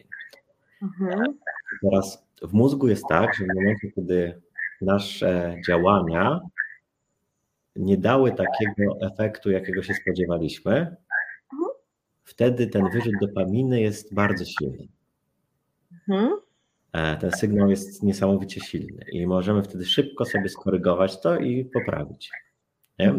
Speaker 2: Teraz w mózgu jest tak, że w momencie, kiedy nasze działania nie dały takiego efektu, jakiego się spodziewaliśmy, wtedy ten wyrzut dopaminy jest bardzo silny. Ten sygnał jest niesamowicie silny i możemy wtedy szybko sobie skorygować to i poprawić. Nie?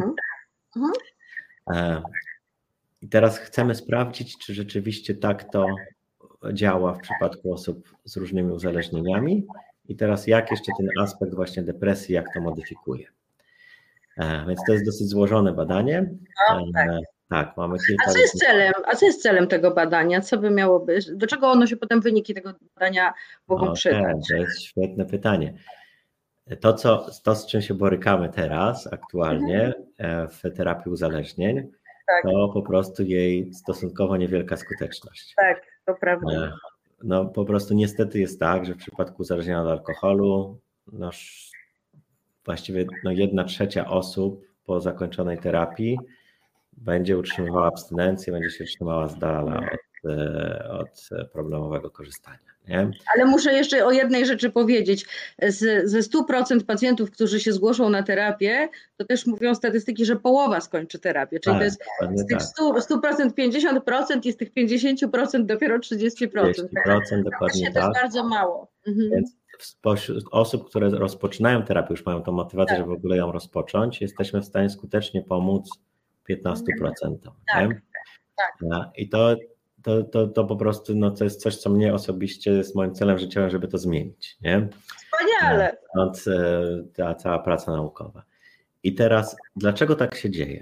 Speaker 2: I teraz chcemy sprawdzić, czy rzeczywiście tak to działa w przypadku osób z różnymi uzależnieniami i teraz jak jeszcze ten aspekt właśnie depresji, jak to modyfikuje. Więc to jest dosyć złożone badanie. Tak, mamy kilka.
Speaker 1: A co jest celem tego badania? Co by miało być? Do czego ono się potem wyniki tego badania mogą przydać?
Speaker 2: To jest świetne pytanie. To, z czym się borykamy teraz aktualnie w terapii uzależnień,
Speaker 1: Tak.
Speaker 2: to po prostu jej stosunkowo niewielka skuteczność.
Speaker 1: Tak, to prawda.
Speaker 2: No po prostu niestety jest tak, że w przypadku uzależnienia od alkoholu właściwie 1/3 osób po zakończonej terapii będzie utrzymywała abstynencję, będzie się trzymała z dala od problemowego korzystania. Nie?
Speaker 1: Ale muszę jeszcze o jednej rzeczy powiedzieć. Ze 100% pacjentów, którzy się zgłoszą na terapię, to też mówią statystyki, że połowa skończy terapię. Czyli
Speaker 2: Tak,
Speaker 1: to jest z tych 100% 50% i z tych 50% dopiero 30%.
Speaker 2: 30% dokładnie tak.
Speaker 1: To jest bardzo mało.
Speaker 2: Więc spośród osób, które rozpoczynają terapię, już mają tą motywację, żeby w ogóle ją rozpocząć, jesteśmy w stanie skutecznie pomóc 15%.
Speaker 1: Tak,
Speaker 2: nie?
Speaker 1: tak.
Speaker 2: I to po prostu to jest coś, co mnie osobiście jest moim celem życiowym, żeby to zmienić. Nie?
Speaker 1: Wspaniale.
Speaker 2: Stąd ta cała praca naukowa. I teraz, dlaczego tak się dzieje?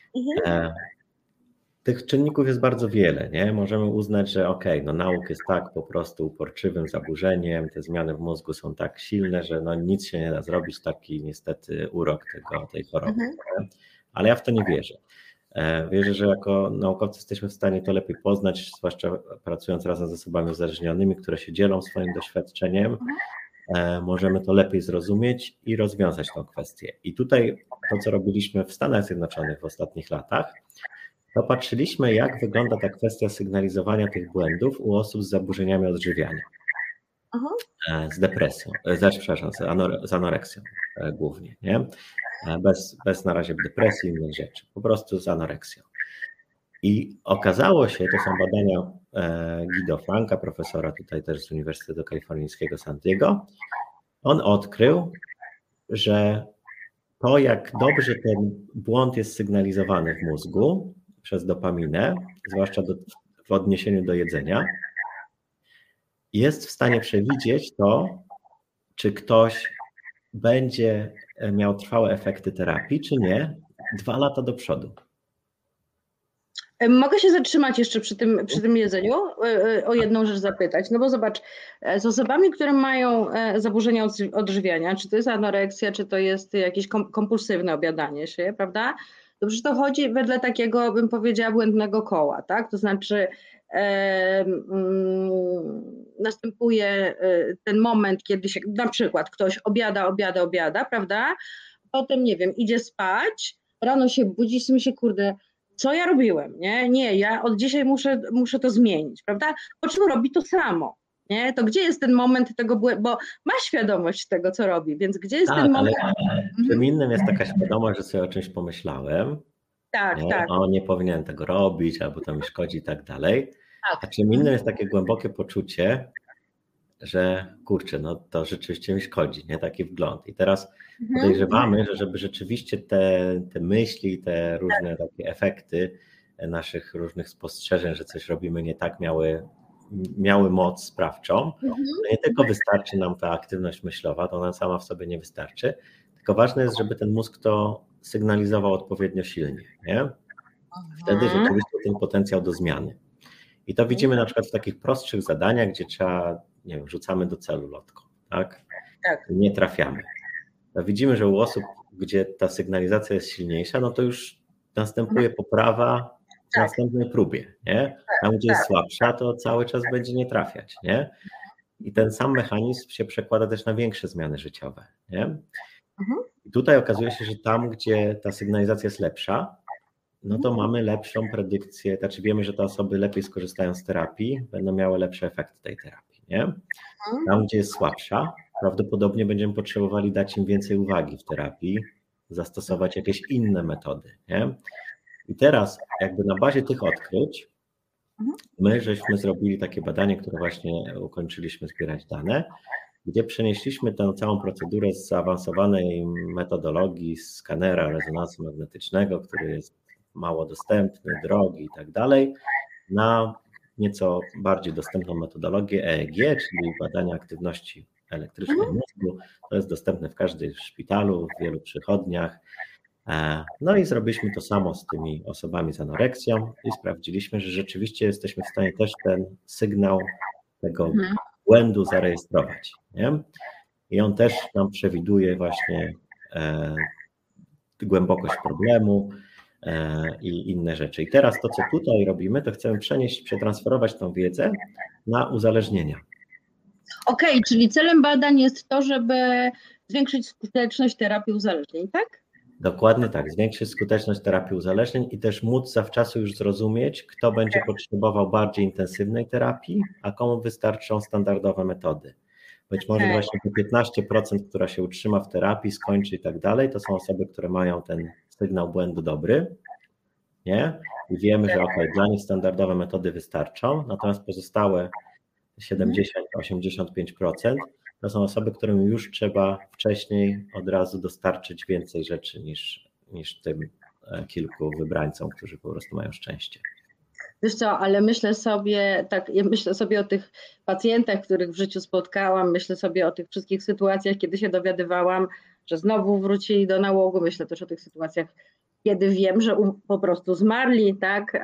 Speaker 2: Tych czynników jest bardzo wiele. Nie? Możemy uznać, że nauk jest tak po prostu uporczywym zaburzeniem, te zmiany w mózgu są tak silne, że nic się nie da zrobić, taki niestety urok tej choroby. Ale ja w to nie wierzę. Wierzę, że jako naukowcy jesteśmy w stanie to lepiej poznać, zwłaszcza pracując razem z osobami uzależnionymi, które się dzielą swoim doświadczeniem. Możemy to lepiej zrozumieć i rozwiązać tę kwestię. I tutaj to, co robiliśmy w Stanach Zjednoczonych w ostatnich latach, to patrzyliśmy, jak wygląda ta kwestia sygnalizowania tych błędów u osób z zaburzeniami odżywiania, z depresją, z anoreksją głównie, nie? Bez na razie depresji i innych rzeczy, po prostu z anoreksją. I okazało się, to są badania Guido Franka, profesora tutaj też z Uniwersytetu Kalifornijskiego San Diego, on odkrył, że to, jak dobrze ten błąd jest sygnalizowany w mózgu przez dopaminę, zwłaszcza w odniesieniu do jedzenia, jest w stanie przewidzieć to, czy ktoś będzie miał trwałe efekty terapii, czy nie, 2 lata do przodu.
Speaker 1: Mogę się zatrzymać jeszcze przy tym jedzeniu, o jedną rzecz zapytać, no bo zobacz, z osobami, które mają zaburzenia odżywiania, czy to jest anoreksja, czy to jest jakieś kompulsywne objadanie się, prawda? To przecież to chodzi wedle takiego, bym powiedziała, błędnego koła, tak? To znaczy następuje ten moment, kiedy się na przykład ktoś obiada, prawda? Potem, nie wiem, idzie spać, rano się budzi i myśli, kurde, co ja robiłem, nie, ja od dzisiaj muszę to zmienić, prawda? Po czym robi to samo, nie? To gdzie jest ten moment tego, bo ma świadomość tego, co robi, więc gdzie jest ten moment?
Speaker 2: Ale czym innym jest taka świadomość, że sobie o czymś pomyślałem,
Speaker 1: tak.
Speaker 2: Nie powinienem tego robić, albo to mi szkodzi i tak dalej, a czym innym jest takie głębokie poczucie, że kurczę, to rzeczywiście mi szkodzi, nie? Taki wgląd. I teraz podejrzewamy, że żeby rzeczywiście te myśli, te różne takie efekty naszych różnych spostrzeżeń, że coś robimy nie tak, miały moc sprawczą, to nie tylko wystarczy nam ta aktywność myślowa, to ona sama w sobie nie wystarczy, tylko ważne jest, żeby ten mózg to sygnalizował odpowiednio silnie, nie? Wtedy rzeczywiście ten potencjał do zmiany. I to widzimy na przykład w takich prostszych zadaniach, gdzie trzeba, nie wiem, rzucamy do celu lotką, tak? Nie trafiamy. To widzimy, że u osób, gdzie ta sygnalizacja jest silniejsza, to już następuje poprawa w następnej próbie, nie? Tam, gdzie jest słabsza, to cały czas będzie nie trafiać, nie? I ten sam mechanizm się przekłada też na większe zmiany życiowe, nie? I tutaj okazuje się, że tam, gdzie ta sygnalizacja jest lepsza, to mamy lepszą predykcję, znaczy wiemy, że te osoby lepiej skorzystają z terapii, będą miały lepsze efekty tej terapii, nie? Tam, gdzie jest słabsza, prawdopodobnie będziemy potrzebowali dać im więcej uwagi w terapii, zastosować jakieś inne metody, nie? I teraz jakby na bazie tych odkryć my żeśmy zrobili takie badanie, które właśnie ukończyliśmy zbierać dane, gdzie przenieśliśmy tę całą procedurę z zaawansowanej metodologii skanera rezonansu magnetycznego, który jest mało dostępny, drogi i tak dalej, na nieco bardziej dostępną metodologię EEG, czyli badania aktywności elektrycznej mózgu. To jest dostępne w każdym szpitalu, w wielu przychodniach No i zrobiliśmy to samo z tymi osobami z anoreksją i sprawdziliśmy, że rzeczywiście jesteśmy w stanie też ten sygnał tego błędu zarejestrować, nie? I on też nam przewiduje właśnie głębokość problemu i inne rzeczy. I teraz to, co tutaj robimy, to chcemy przetransferować tą wiedzę na uzależnienia.
Speaker 1: Okej, czyli celem badań jest to, żeby zwiększyć skuteczność terapii uzależnień, tak?
Speaker 2: Dokładnie tak, zwiększyć skuteczność terapii uzależnień i też móc zawczasu już zrozumieć, kto będzie potrzebował bardziej intensywnej terapii, a komu wystarczą standardowe metody. Być może właśnie te 15%, która się utrzyma w terapii, skończy i tak dalej, to są osoby, które mają ten sygnał błędu dobry, nie? I wiemy, że dla nich standardowe metody wystarczą, natomiast pozostałe 70-85% to są osoby, którym już trzeba wcześniej od razu dostarczyć więcej rzeczy niż tym kilku wybrańcom, którzy po prostu mają szczęście.
Speaker 1: Wiesz co, ale myślę sobie o tych pacjentach, których w życiu spotkałam, myślę sobie o tych wszystkich sytuacjach, kiedy się dowiadywałam, że znowu wrócili do nałogu, myślę też o tych sytuacjach, kiedy wiem, że po prostu zmarli, tak,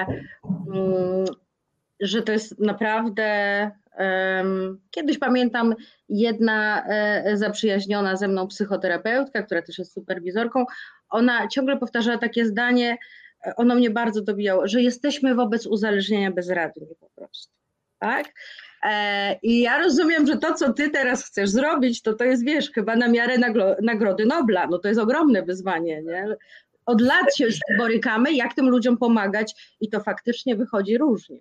Speaker 1: że to jest naprawdę, kiedyś pamiętam jedna zaprzyjaźniona ze mną psychoterapeutka, która też jest superwizorką, ona ciągle powtarzała takie zdanie, ono mnie bardzo dobijało, że jesteśmy wobec uzależnienia bezradni po prostu, tak? I ja rozumiem, że to, co ty teraz chcesz zrobić, to jest, wiesz, chyba na miarę Nagrody Nobla, no to jest ogromne wyzwanie, nie? Od lat się już borykamy, jak tym ludziom pomagać i to faktycznie wychodzi różnie.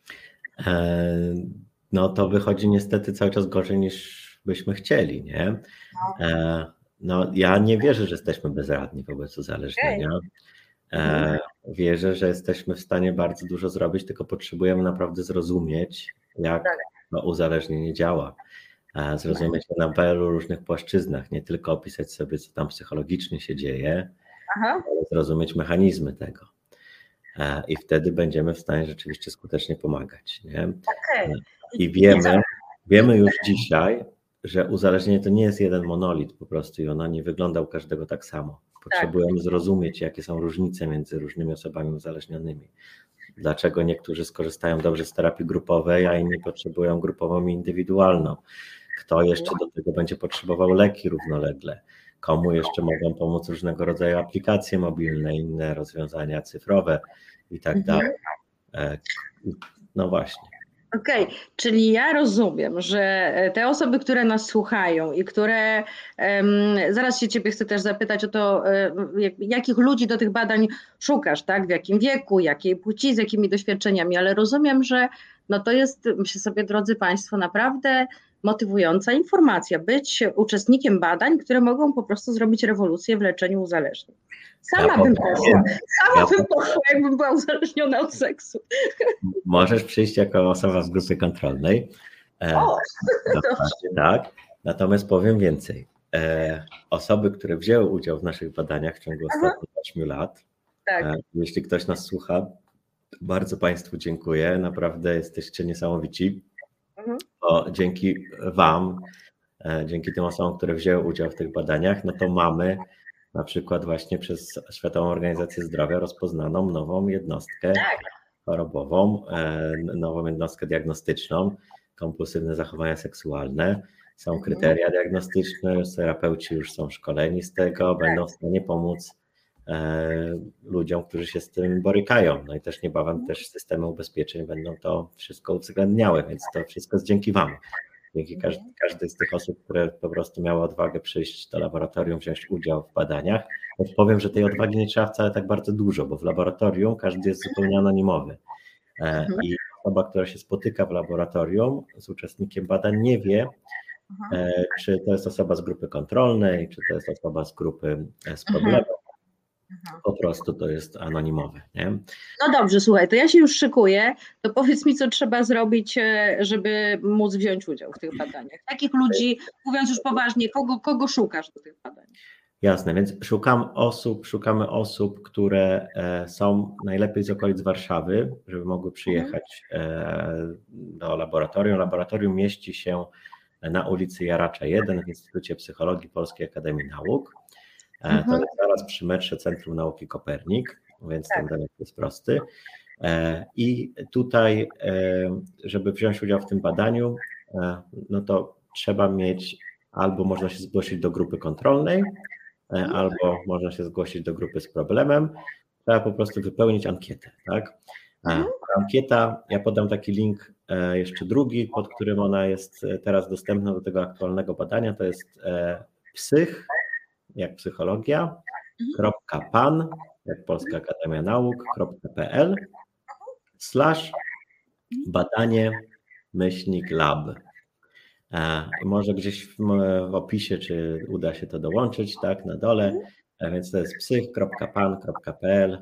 Speaker 2: No to wychodzi niestety cały czas gorzej niż byśmy chcieli, nie? No ja nie wierzę, że jesteśmy bezradni wobec uzależnienia. Wierzę, że jesteśmy w stanie bardzo dużo zrobić, tylko potrzebujemy naprawdę zrozumieć, jak to uzależnienie działa. Zrozumieć to na wielu różnych płaszczyznach, nie tylko opisać sobie, co tam psychologicznie się dzieje, ale zrozumieć mechanizmy tego. I wtedy będziemy w stanie rzeczywiście skutecznie pomagać. Nie? I wiemy już dzisiaj, że uzależnienie to nie jest jeden monolit po prostu i ona nie wygląda u każdego tak samo. Potrzebujemy zrozumieć, jakie są różnice między różnymi osobami uzależnionymi. Dlaczego niektórzy skorzystają dobrze z terapii grupowej, a inni potrzebują grupową i indywidualną. Kto jeszcze do tego będzie potrzebował leki równolegle. Komu jeszcze mogą pomóc różnego rodzaju aplikacje mobilne, inne rozwiązania cyfrowe i tak dalej. No właśnie.
Speaker 1: Okej, czyli ja rozumiem, że te osoby, które nas słuchają i które, zaraz się ciebie chcę też zapytać o to, jakich ludzi do tych badań szukasz, tak? W jakim wieku, jakiej płci, z jakimi doświadczeniami, ale rozumiem, że no to jest, myślę sobie, drodzy Państwo, naprawdę motywująca informacja, być uczestnikiem badań, które mogą po prostu zrobić rewolucję w leczeniu uzależnień. Sama bym poszła, jakbym była uzależniona od seksu.
Speaker 2: Możesz przyjść jako osoba z grupy kontrolnej. Tak. Natomiast powiem więcej. Osoby, które wzięły udział w naszych badaniach w ciągu ostatnich 8 lat, jeśli ktoś nas słucha, bardzo Państwu dziękuję. Naprawdę jesteście niesamowici. Bo dzięki Wam, dzięki tym osobom, które wzięły udział w tych badaniach, no to mamy na przykład właśnie przez Światową Organizację Zdrowia rozpoznaną nową jednostkę chorobową, nową jednostkę diagnostyczną, kompulsywne zachowania seksualne. Są kryteria diagnostyczne, terapeuci już są szkoleni z tego, będą w stanie pomóc ludziom, którzy się z tym borykają. No i też niebawem też systemy ubezpieczeń będą to wszystko uwzględniały, więc to wszystko jest dzięki Wam. Dzięki każdej z tych osób, które po prostu miały odwagę przyjść do laboratorium, wziąć udział w badaniach. Choć powiem, że tej odwagi nie trzeba wcale tak bardzo dużo, bo w laboratorium każdy jest zupełnie anonimowy. I osoba, która się spotyka w laboratorium z uczestnikiem badań, nie wie, czy to jest osoba z grupy kontrolnej, czy to jest osoba z grupy z problemem. Po prostu to jest anonimowe. Nie?
Speaker 1: No dobrze, słuchaj, to ja się już szykuję, to powiedz mi, co trzeba zrobić, żeby móc wziąć udział w tych badaniach. Takich ludzi, mówiąc już poważnie, kogo szukasz do tych badań?
Speaker 2: Jasne, więc szukamy osób, które są najlepiej z okolic Warszawy, żeby mogły przyjechać do laboratorium. Laboratorium mieści się na ulicy Jaracza 1 w Instytucie Psychologii Polskiej Akademii Nauk. To jest zaraz przy metrze Centrum Nauki Kopernik, więc ten temat jest prosty. I tutaj, żeby wziąć udział w tym badaniu, no to trzeba mieć, albo można się zgłosić do grupy kontrolnej, albo można się zgłosić do grupy z problemem. Trzeba po prostu wypełnić ankietę, tak? Ankieta, ja podam taki link jeszcze drugi, pod którym ona jest teraz dostępna do tego aktualnego badania, to jest psych, jak psychologia, .pan, jak Polska Akademia Nauk.pl /badanie-lab. Może gdzieś w opisie, czy uda się to dołączyć, tak, na dole, więc to jest psych.pan.pl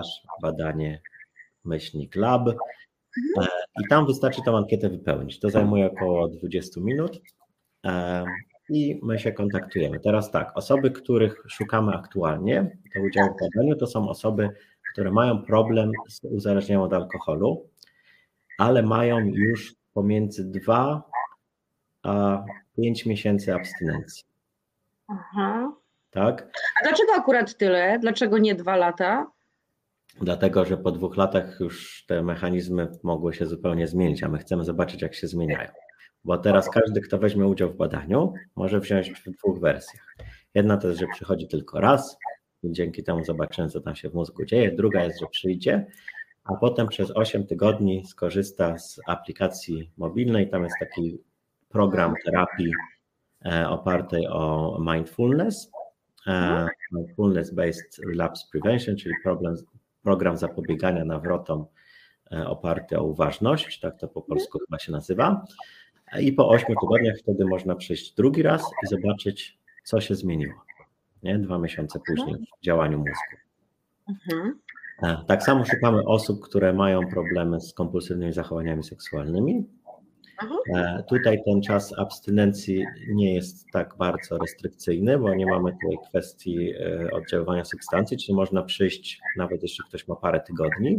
Speaker 2: /badanie-lab i tam wystarczy tą ankietę wypełnić. To zajmuje około 20 minut i my się kontaktujemy. Teraz tak, osoby, których szukamy aktualnie do udziału w badaniu, to są osoby, które mają problem z uzależnieniem od alkoholu, ale mają już pomiędzy 2 a 5 miesięcy abstynencji.
Speaker 1: Aha.
Speaker 2: Tak?
Speaker 1: A dlaczego akurat tyle? Dlaczego nie 2 lata?
Speaker 2: Dlatego, że po 2 latach już te mechanizmy mogły się zupełnie zmienić, a my chcemy zobaczyć, jak się zmieniają. Bo teraz każdy, kto weźmie udział w badaniu, może wziąć w 2 wersjach. Jedna to jest, że przychodzi tylko raz i dzięki temu zobaczymy, co tam się w mózgu dzieje. Druga jest, że przyjdzie, a potem przez 8 tygodni skorzysta z aplikacji mobilnej. Tam jest taki program terapii opartej o mindfulness, Mindfulness-Based Relapse Prevention, czyli program zapobiegania nawrotom oparty o uważność, tak to po polsku chyba się nazywa. I po 8 tygodniach wtedy można przyjść drugi raz i zobaczyć, co się zmieniło, nie? 2 miesiące później w działaniu mózgu. Tak samo szukamy osób, które mają problemy z kompulsywnymi zachowaniami seksualnymi. Tutaj ten czas abstynencji nie jest tak bardzo restrykcyjny, bo nie mamy tutaj kwestii oddziaływania substancji, czyli można przyjść, nawet jeśli ktoś ma parę tygodni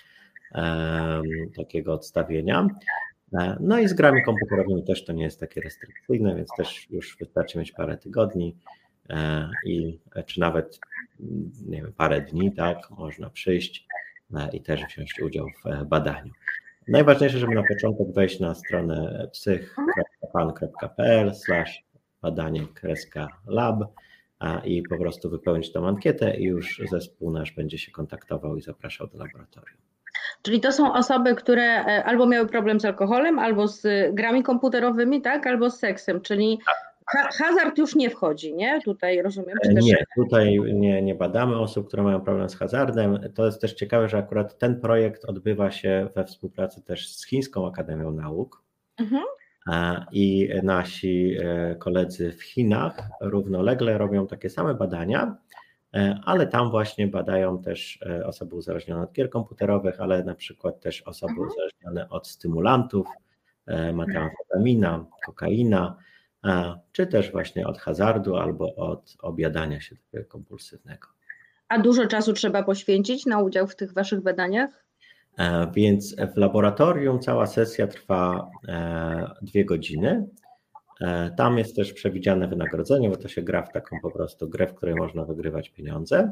Speaker 2: takiego odstawienia. No i z grami komputerowymi też to nie jest takie restrykcyjne, więc też już wystarczy mieć parę tygodni czy nawet, nie wiem, parę dni, tak, można przyjść i też wziąć udział w badaniu. Najważniejsze, żeby na początek wejść na stronę psych.pan.pl /badanie-lab i po prostu wypełnić tą ankietę i już zespół nasz będzie się kontaktował i zapraszał do laboratorium.
Speaker 1: Czyli to są osoby, które albo miały problem z alkoholem, albo z grami komputerowymi, tak, albo z seksem, czyli hazard już nie wchodzi, nie? Tutaj rozumiem. Czy też...
Speaker 2: Nie, tutaj nie badamy osób, które mają problem z hazardem. To jest też ciekawe, że akurat ten projekt odbywa się we współpracy też z Chińską Akademią Nauk i nasi koledzy w Chinach równolegle robią takie same badania, ale tam właśnie badają też osoby uzależnione od gier komputerowych, ale na przykład też osoby uzależnione od stymulantów, metamfetamina, kokaina, czy też właśnie od hazardu albo od objadania się kompulsywnego.
Speaker 1: A dużo czasu trzeba poświęcić na udział w tych waszych badaniach?
Speaker 2: Więc w laboratorium cała sesja trwa 2 godziny. Tam jest też przewidziane wynagrodzenie, bo to się gra w taką po prostu grę, w której można wygrywać pieniądze.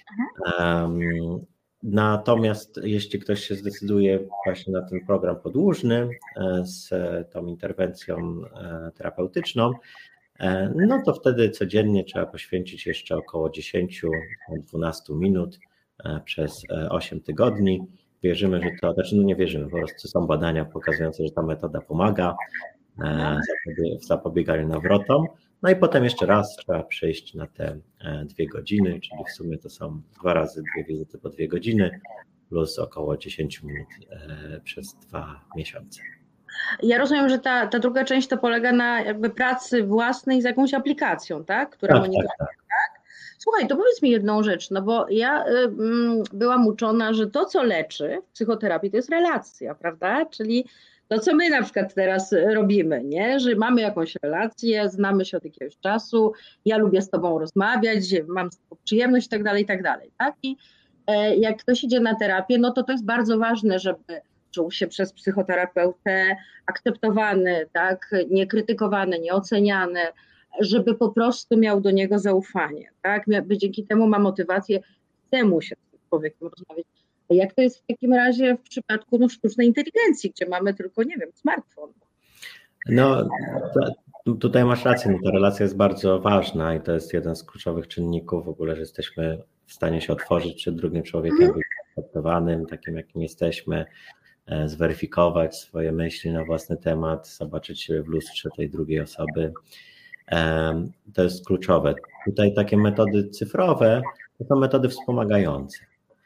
Speaker 2: Natomiast jeśli ktoś się zdecyduje właśnie na ten program podłużny z tą interwencją terapeutyczną, no to wtedy codziennie trzeba poświęcić jeszcze około 10-12 minut przez 8 tygodni. Wierzymy, że to, znaczy no nie wierzymy, po prostu są badania pokazujące, że ta metoda pomaga w zapobieganiu nawrotom. No i potem jeszcze raz trzeba przyjść na te 2 godziny, czyli w sumie to są 2 razy 2 wizyty po 2 godziny plus około 10 minut przez 2 miesiące.
Speaker 1: Ja rozumiem, że ta druga część to polega na jakby pracy własnej z jakąś aplikacją, tak? Która monitoruje. Tak? Słuchaj, to powiedz mi jedną rzecz, no bo ja byłam uczona, że to, co leczy w psychoterapii, to jest relacja, prawda? Czyli to, co my na przykład teraz robimy, nie? Że mamy jakąś relację, znamy się od jakiegoś czasu, ja lubię z tobą rozmawiać, mam z tobą przyjemność i tak dalej, tak? I jak ktoś idzie na terapię, no to jest bardzo ważne, żeby czuł się przez psychoterapeutę akceptowany, tak? Nie krytykowany, nie oceniany, żeby po prostu miał do niego zaufanie, tak? Dzięki temu ma motywację, chce mu się z tym człowiekiem rozmawiać. A jak to jest w takim razie w przypadku sztucznej inteligencji, gdzie mamy tylko, nie wiem, smartfon?
Speaker 2: No, tutaj masz rację, ta relacja jest bardzo ważna i to jest jeden z kluczowych czynników w ogóle, że jesteśmy w stanie się otworzyć przed drugim człowiekiem, być akceptowanym, takim jakim jesteśmy, zweryfikować swoje myśli na własny temat, zobaczyć się w lustrze tej drugiej osoby. To jest kluczowe. Tutaj takie metody cyfrowe to są metody wspomagające.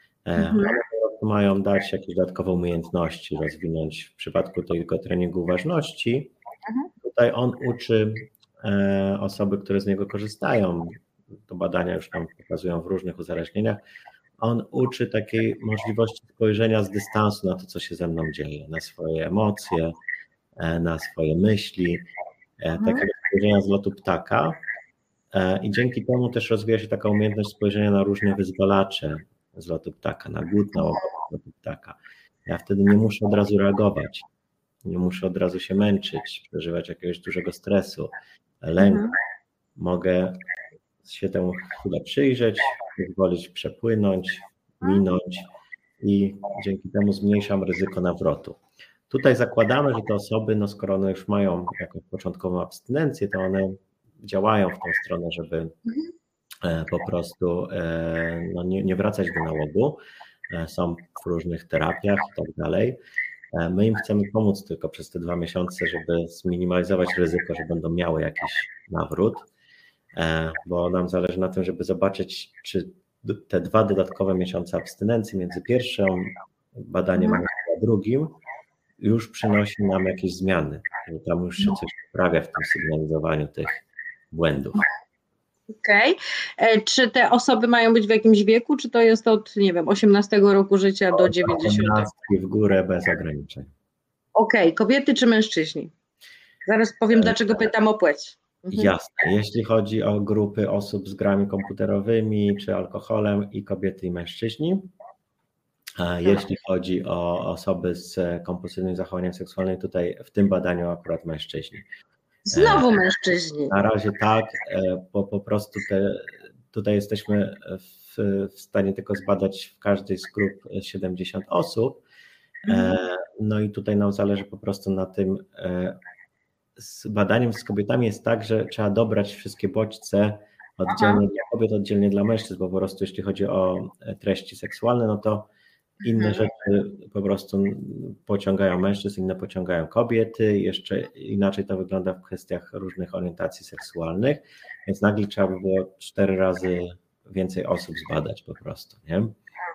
Speaker 2: Mają dać jakieś dodatkowe umiejętności, rozwinąć w przypadku tego treningu uważności. Tutaj on uczy osoby, które z niego korzystają, to badania już tam pokazują w różnych uzależnieniach, on uczy takiej możliwości spojrzenia z dystansu na to, co się ze mną dzieje, na swoje emocje, na swoje myśli, takiego spojrzenia z lotu ptaka i dzięki temu też rozwija się taka umiejętność spojrzenia na różne wyzwalacze z lotu ptaka, na głód nałogowy z lotu ptaka. Ja wtedy nie muszę od razu reagować, nie muszę od razu się męczyć, przeżywać jakiegoś dużego stresu, lęku. Mogę się temu chwilę przyjrzeć, pozwolić przepłynąć, minąć i dzięki temu zmniejszam ryzyko nawrotu. Tutaj zakładamy, że te osoby, no skoro one już mają jakąś początkową abstynencję, to one działają w tą stronę, żeby po prostu no nie wracać do nałogu. Są w różnych terapiach i tak dalej. My im chcemy pomóc tylko przez te 2 miesiące, żeby zminimalizować ryzyko, że będą miały jakiś nawrót, bo nam zależy na tym, żeby zobaczyć, czy te 2 dodatkowe miesiące abstynencji między pierwszym badaniem a drugim już przynosi nam jakieś zmiany, że tam już się coś poprawia w tym sygnalizowaniu tych błędów.
Speaker 1: Okej. Czy te osoby mają być w jakimś wieku, czy to jest od, nie wiem, 18 roku życia do 90?
Speaker 2: W górę bez ograniczeń.
Speaker 1: Okej. Kobiety czy mężczyźni? Zaraz powiem, dlaczego pytam o płeć.
Speaker 2: Jasne. Jeśli chodzi o grupy osób z grami komputerowymi czy alkoholem, i kobiety, i mężczyźni. A jeśli chodzi o osoby z kompulsywnym zachowaniem seksualnym, tutaj w tym badaniu akurat mężczyźni.
Speaker 1: Znowu mężczyźni.
Speaker 2: Na razie tak, bo po prostu tutaj jesteśmy w stanie tylko zbadać w każdej z grup 70 osób. No i tutaj nam zależy po prostu na tym. Z badaniem z kobietami jest tak, że trzeba dobrać wszystkie bodźce oddzielnie dla kobiet, oddzielnie dla mężczyzn, bo po prostu jeśli chodzi o treści seksualne, no to inne rzeczy po prostu pociągają mężczyzn, inne pociągają kobiety, jeszcze inaczej to wygląda w kwestiach różnych orientacji seksualnych, więc nagle trzeba by było 4 razy więcej osób zbadać po prostu, nie?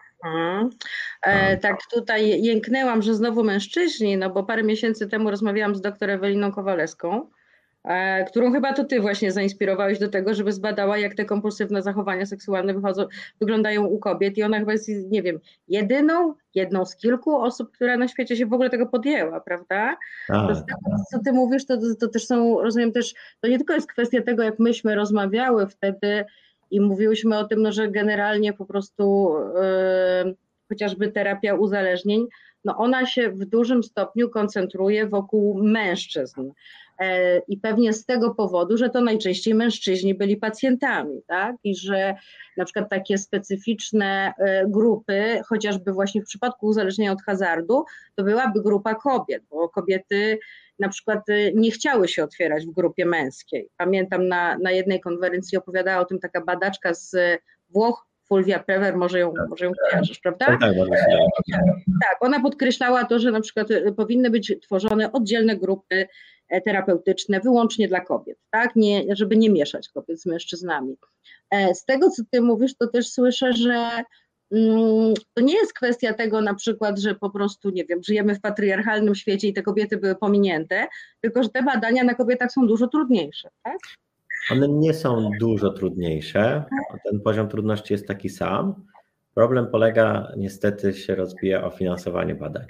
Speaker 1: Tak, tutaj jęknęłam, że znowu mężczyźni, no bo parę miesięcy temu rozmawiałam z dr Eweliną Kowalewską, którą chyba to ty właśnie zainspirowałeś do tego, żeby zbadała, jak te kompulsywne zachowania seksualne wyglądają u kobiet, i ona chyba jest, nie wiem, jedną z kilku osób, która na świecie się w ogóle tego podjęła, prawda? To z tego, co ty mówisz, to też są, rozumiem też, to nie tylko jest kwestia tego, jak myśmy rozmawiały wtedy i mówiłyśmy o tym, no, że generalnie po prostu chociażby terapia uzależnień, no ona się w dużym stopniu koncentruje wokół mężczyzn. I pewnie z tego powodu, że to najczęściej mężczyźni byli pacjentami, tak? I że na przykład takie specyficzne grupy, chociażby właśnie w przypadku uzależnienia od hazardu, to byłaby grupa kobiet, bo kobiety na przykład nie chciały się otwierać w grupie męskiej. Pamiętam na jednej konferencji opowiadała o tym taka badaczka z Włoch, Fulvia Prever, może ją kojarzysz, prawda? Tak, ona podkreślała to, że na przykład powinny być tworzone oddzielne grupy terapeutyczne wyłącznie dla kobiet, tak? Żeby nie mieszać kobiet z mężczyznami. Z tego, co ty mówisz, to też słyszę, że to nie jest kwestia tego na przykład, że po prostu, nie wiem, żyjemy w patriarchalnym świecie i te kobiety były pominięte, tylko że te badania na kobietach są dużo trudniejsze, tak?
Speaker 2: One nie są dużo trudniejsze, ten poziom trudności jest taki sam. Problem polega, niestety się rozbija o finansowanie badań.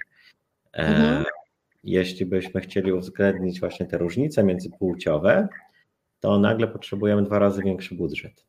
Speaker 2: Jeśli byśmy chcieli uwzględnić właśnie te różnice międzypłciowe, to nagle potrzebujemy 2 razy większy budżet.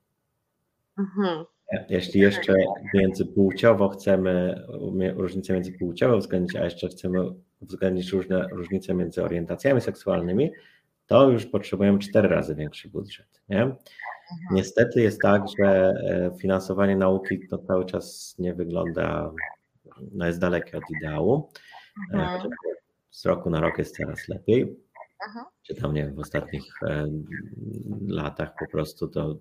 Speaker 2: Jeśli jeszcze międzypłciowo chcemy różnice międzypłciowe uwzględnić, a jeszcze chcemy uwzględnić różne różnice między orientacjami seksualnymi, to już potrzebujemy 4 razy większy budżet, nie? Niestety jest tak, że finansowanie nauki to cały czas nie wygląda, no jest dalekie od ideału. Z roku na rok jest coraz lepiej. Czy tam, nie wiem, w ostatnich latach po prostu to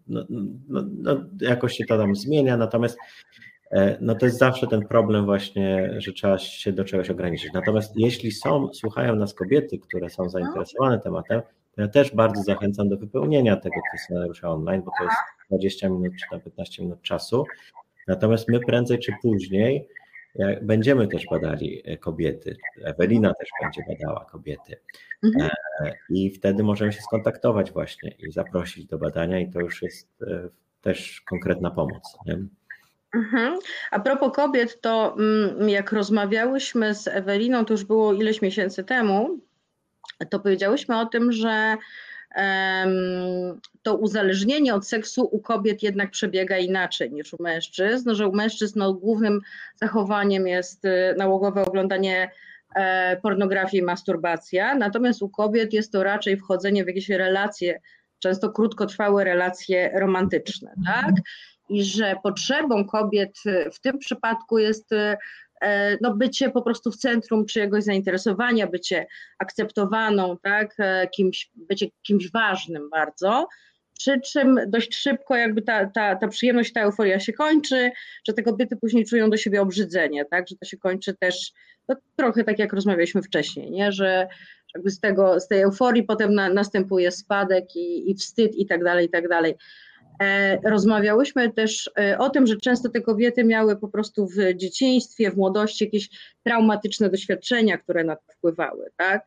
Speaker 2: jakoś się to tam zmienia, natomiast no to jest zawsze ten problem właśnie, że trzeba się do czegoś ograniczyć. Natomiast jeśli słuchają nas kobiety, które są zainteresowane tematem, to ja też bardzo zachęcam do wypełnienia tego kwestionariusza online, bo to jest 20 minut czy tam 15 minut czasu. Natomiast my prędzej czy później będziemy też badali kobiety. Ewelina też będzie badała kobiety. I wtedy możemy się skontaktować właśnie i zaprosić do badania i to już jest też konkretna pomoc. Nie?
Speaker 1: A propos kobiet, to jak rozmawiałyśmy z Eweliną, to już było ileś miesięcy temu, to powiedziałyśmy o tym, że to uzależnienie od seksu u kobiet jednak przebiega inaczej niż u mężczyzn, że u mężczyzn głównym zachowaniem jest nałogowe oglądanie pornografii i masturbacja, natomiast u kobiet jest to raczej wchodzenie w jakieś relacje, często krótkotrwałe relacje romantyczne, tak? I że potrzebą kobiet w tym przypadku jest no, bycie po prostu w centrum czyjegoś zainteresowania, bycie akceptowaną, tak? Bycie kimś ważnym bardzo, przy czym dość szybko jakby ta przyjemność, ta euforia się kończy, że te kobiety później czują do siebie obrzydzenie, tak? Że to się kończy też no, trochę tak jak rozmawialiśmy wcześniej, nie? Że jakby z tej euforii potem następuje spadek i wstyd i tak dalej, i tak dalej. Rozmawiałyśmy też o tym, że często te kobiety miały po prostu w dzieciństwie, w młodości jakieś traumatyczne doświadczenia, które na to wpływały, tak?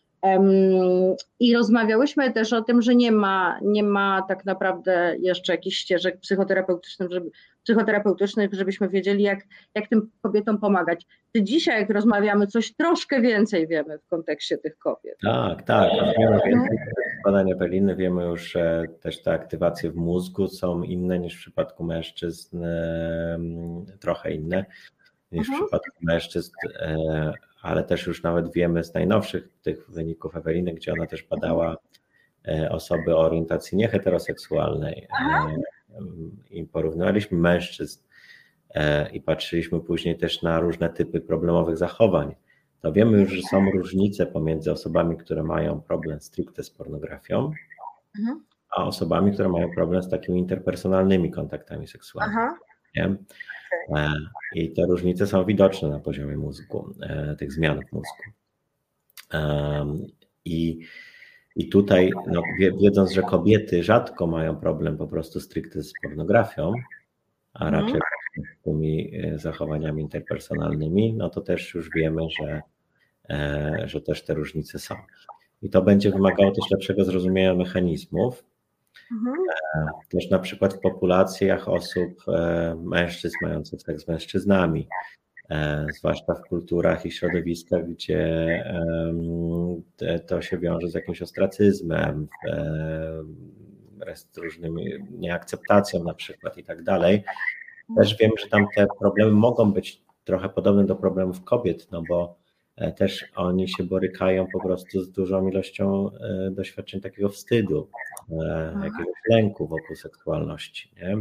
Speaker 1: I rozmawiałyśmy też o tym, że nie ma tak naprawdę jeszcze jakichś ścieżek psychoterapeutycznych, żebyśmy wiedzieli, jak tym kobietom pomagać. Czy dzisiaj, jak rozmawiamy, coś troszkę więcej wiemy w kontekście tych kobiet?
Speaker 2: Tak. Wiemy więcej. Badania Eweliny wiemy już, że też te aktywacje w mózgu są inne niż w przypadku mężczyzn, trochę inne niż w przypadku mężczyzn, ale też już nawet wiemy z najnowszych tych wyników Eweliny, gdzie ona też badała osoby o orientacji nieheteroseksualnej i porównywaliśmy mężczyzn i patrzyliśmy później też na różne typy problemowych zachowań. To wiemy już, że są różnice pomiędzy osobami, które mają problem stricte z pornografią, a osobami, które mają problem z takimi interpersonalnymi kontaktami seksualnymi. Nie? I te różnice są widoczne na poziomie mózgu, tych zmian w mózgu. I tutaj, no, wiedząc, że kobiety rzadko mają problem po prostu stricte z pornografią, a raczej z tymi zachowaniami interpersonalnymi, no to też już wiemy, że też te różnice są. I to będzie wymagało też lepszego zrozumienia mechanizmów. Też na przykład w populacjach osób, mężczyzn mających seks z mężczyznami, zwłaszcza w kulturach i środowiskach, gdzie to się wiąże z jakimś ostracyzmem, z różnymi nieakceptacją na przykład i tak dalej. Też wiem, że tam te problemy mogą być trochę podobne do problemów kobiet, no bo też oni się borykają po prostu z dużą ilością doświadczeń takiego wstydu, jakiegoś lęku wokół seksualności. Nie?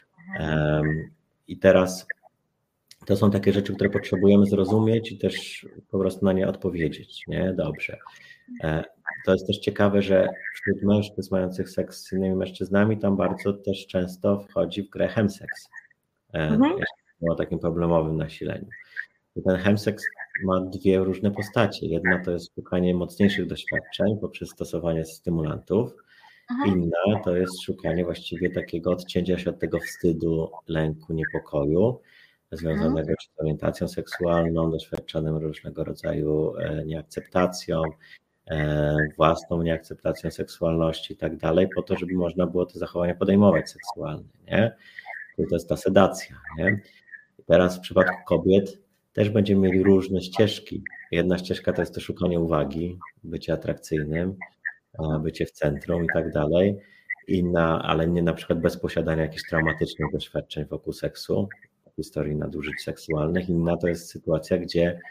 Speaker 2: I teraz to są takie rzeczy, które potrzebujemy zrozumieć i też po prostu na nie odpowiedzieć. Nie? Dobrze. To jest też ciekawe, że wśród mężczyzn mających seks z innymi mężczyznami tam bardzo też często wchodzi w grę chemseks. O takim problemowym nasileniu. I ten chemseks ma dwie różne postacie. Jedna to jest szukanie mocniejszych doświadczeń poprzez stosowanie stymulantów. Inna to jest szukanie właściwie takiego odcięcia się od tego wstydu, lęku, niepokoju związanego z orientacją seksualną, doświadczonym różnego rodzaju nieakceptacją, własną nieakceptacją seksualności i tak dalej, po to, żeby można było te zachowania podejmować seksualne, nie? To jest ta sedacja, nie? I teraz w przypadku kobiet też będziemy mieli różne ścieżki. Jedna ścieżka to jest to szukanie uwagi, bycie atrakcyjnym, bycie w centrum i tak dalej. Inna, ale nie na przykład bez posiadania jakichś traumatycznych doświadczeń wokół seksu, historii nadużyć seksualnych. Inna to jest sytuacja, gdzie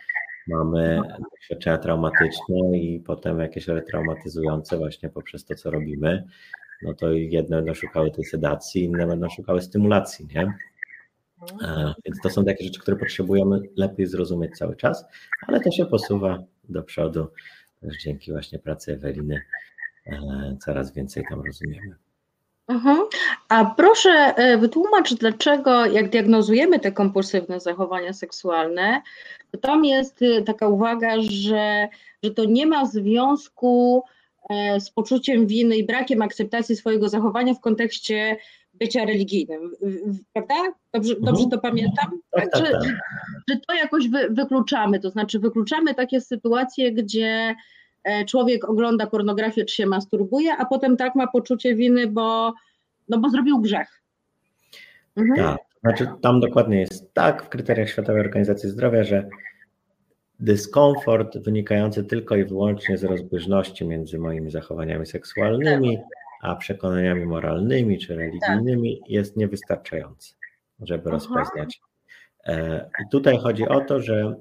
Speaker 2: mamy doświadczenia traumatyczne i potem jakieś retraumatyzujące właśnie poprzez to, co robimy, no to jedne będą szukały tej sedacji, inne będą szukały stymulacji, nie? Więc to są takie rzeczy, które potrzebujemy lepiej zrozumieć cały czas, ale to się posuwa do przodu, też dzięki właśnie pracy Eweliny coraz więcej tam rozumiemy.
Speaker 1: A proszę wytłumacz, dlaczego jak diagnozujemy te kompulsywne zachowania seksualne, to tam jest taka uwaga, że to nie ma związku z poczuciem winy i brakiem akceptacji swojego zachowania w kontekście bycia religijnym, prawda? Dobrze to pamiętam?
Speaker 2: Tak.
Speaker 1: Że to jakoś wykluczamy, to znaczy wykluczamy takie sytuacje, gdzie człowiek ogląda pornografię czy się masturbuje, a potem tak ma poczucie winy, bo zrobił grzech.
Speaker 2: Tak, znaczy tam dokładnie jest tak w kryteriach Światowej Organizacji Zdrowia, że dyskomfort wynikający tylko i wyłącznie z rozbieżności między moimi zachowaniami seksualnymi, a przekonaniami moralnymi czy religijnymi jest niewystarczający, żeby rozpoznać. I tutaj chodzi o to, że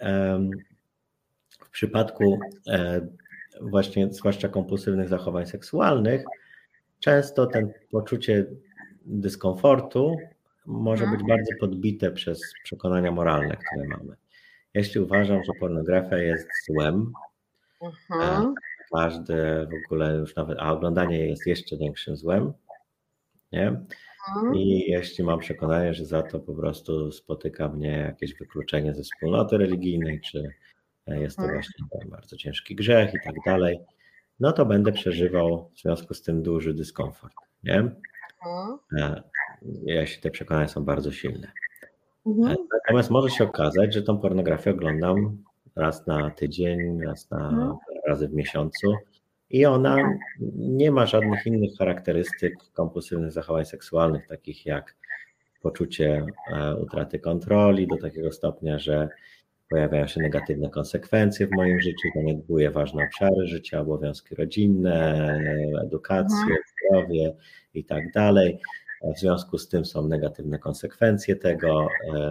Speaker 2: w przypadku właśnie zwłaszcza kompulsywnych zachowań seksualnych, często ten poczucie dyskomfortu może być bardzo podbite przez przekonania moralne, które mamy. Jeśli uważam, że pornografia jest złem, każdy w ogóle już nawet, a oglądanie jest jeszcze większym złem, nie? I jeśli mam przekonanie, że za to po prostu spotyka mnie jakieś wykluczenie ze wspólnoty religijnej, czy jest to właśnie bardzo ciężki grzech i tak dalej, no to będę przeżywał w związku z tym duży dyskomfort, nie? Jeśli te przekonania są bardzo silne. Natomiast może się okazać, że tą pornografię oglądam raz na tydzień, raz na parę razy w miesiącu i ona nie ma żadnych innych charakterystyk kompulsywnych zachowań seksualnych, takich jak poczucie utraty kontroli do takiego stopnia, że pojawiają się negatywne konsekwencje w moim życiu, zaniedbuję ważne obszary życia, obowiązki rodzinne, edukację, zdrowie i tak dalej. W związku z tym są negatywne konsekwencje tego.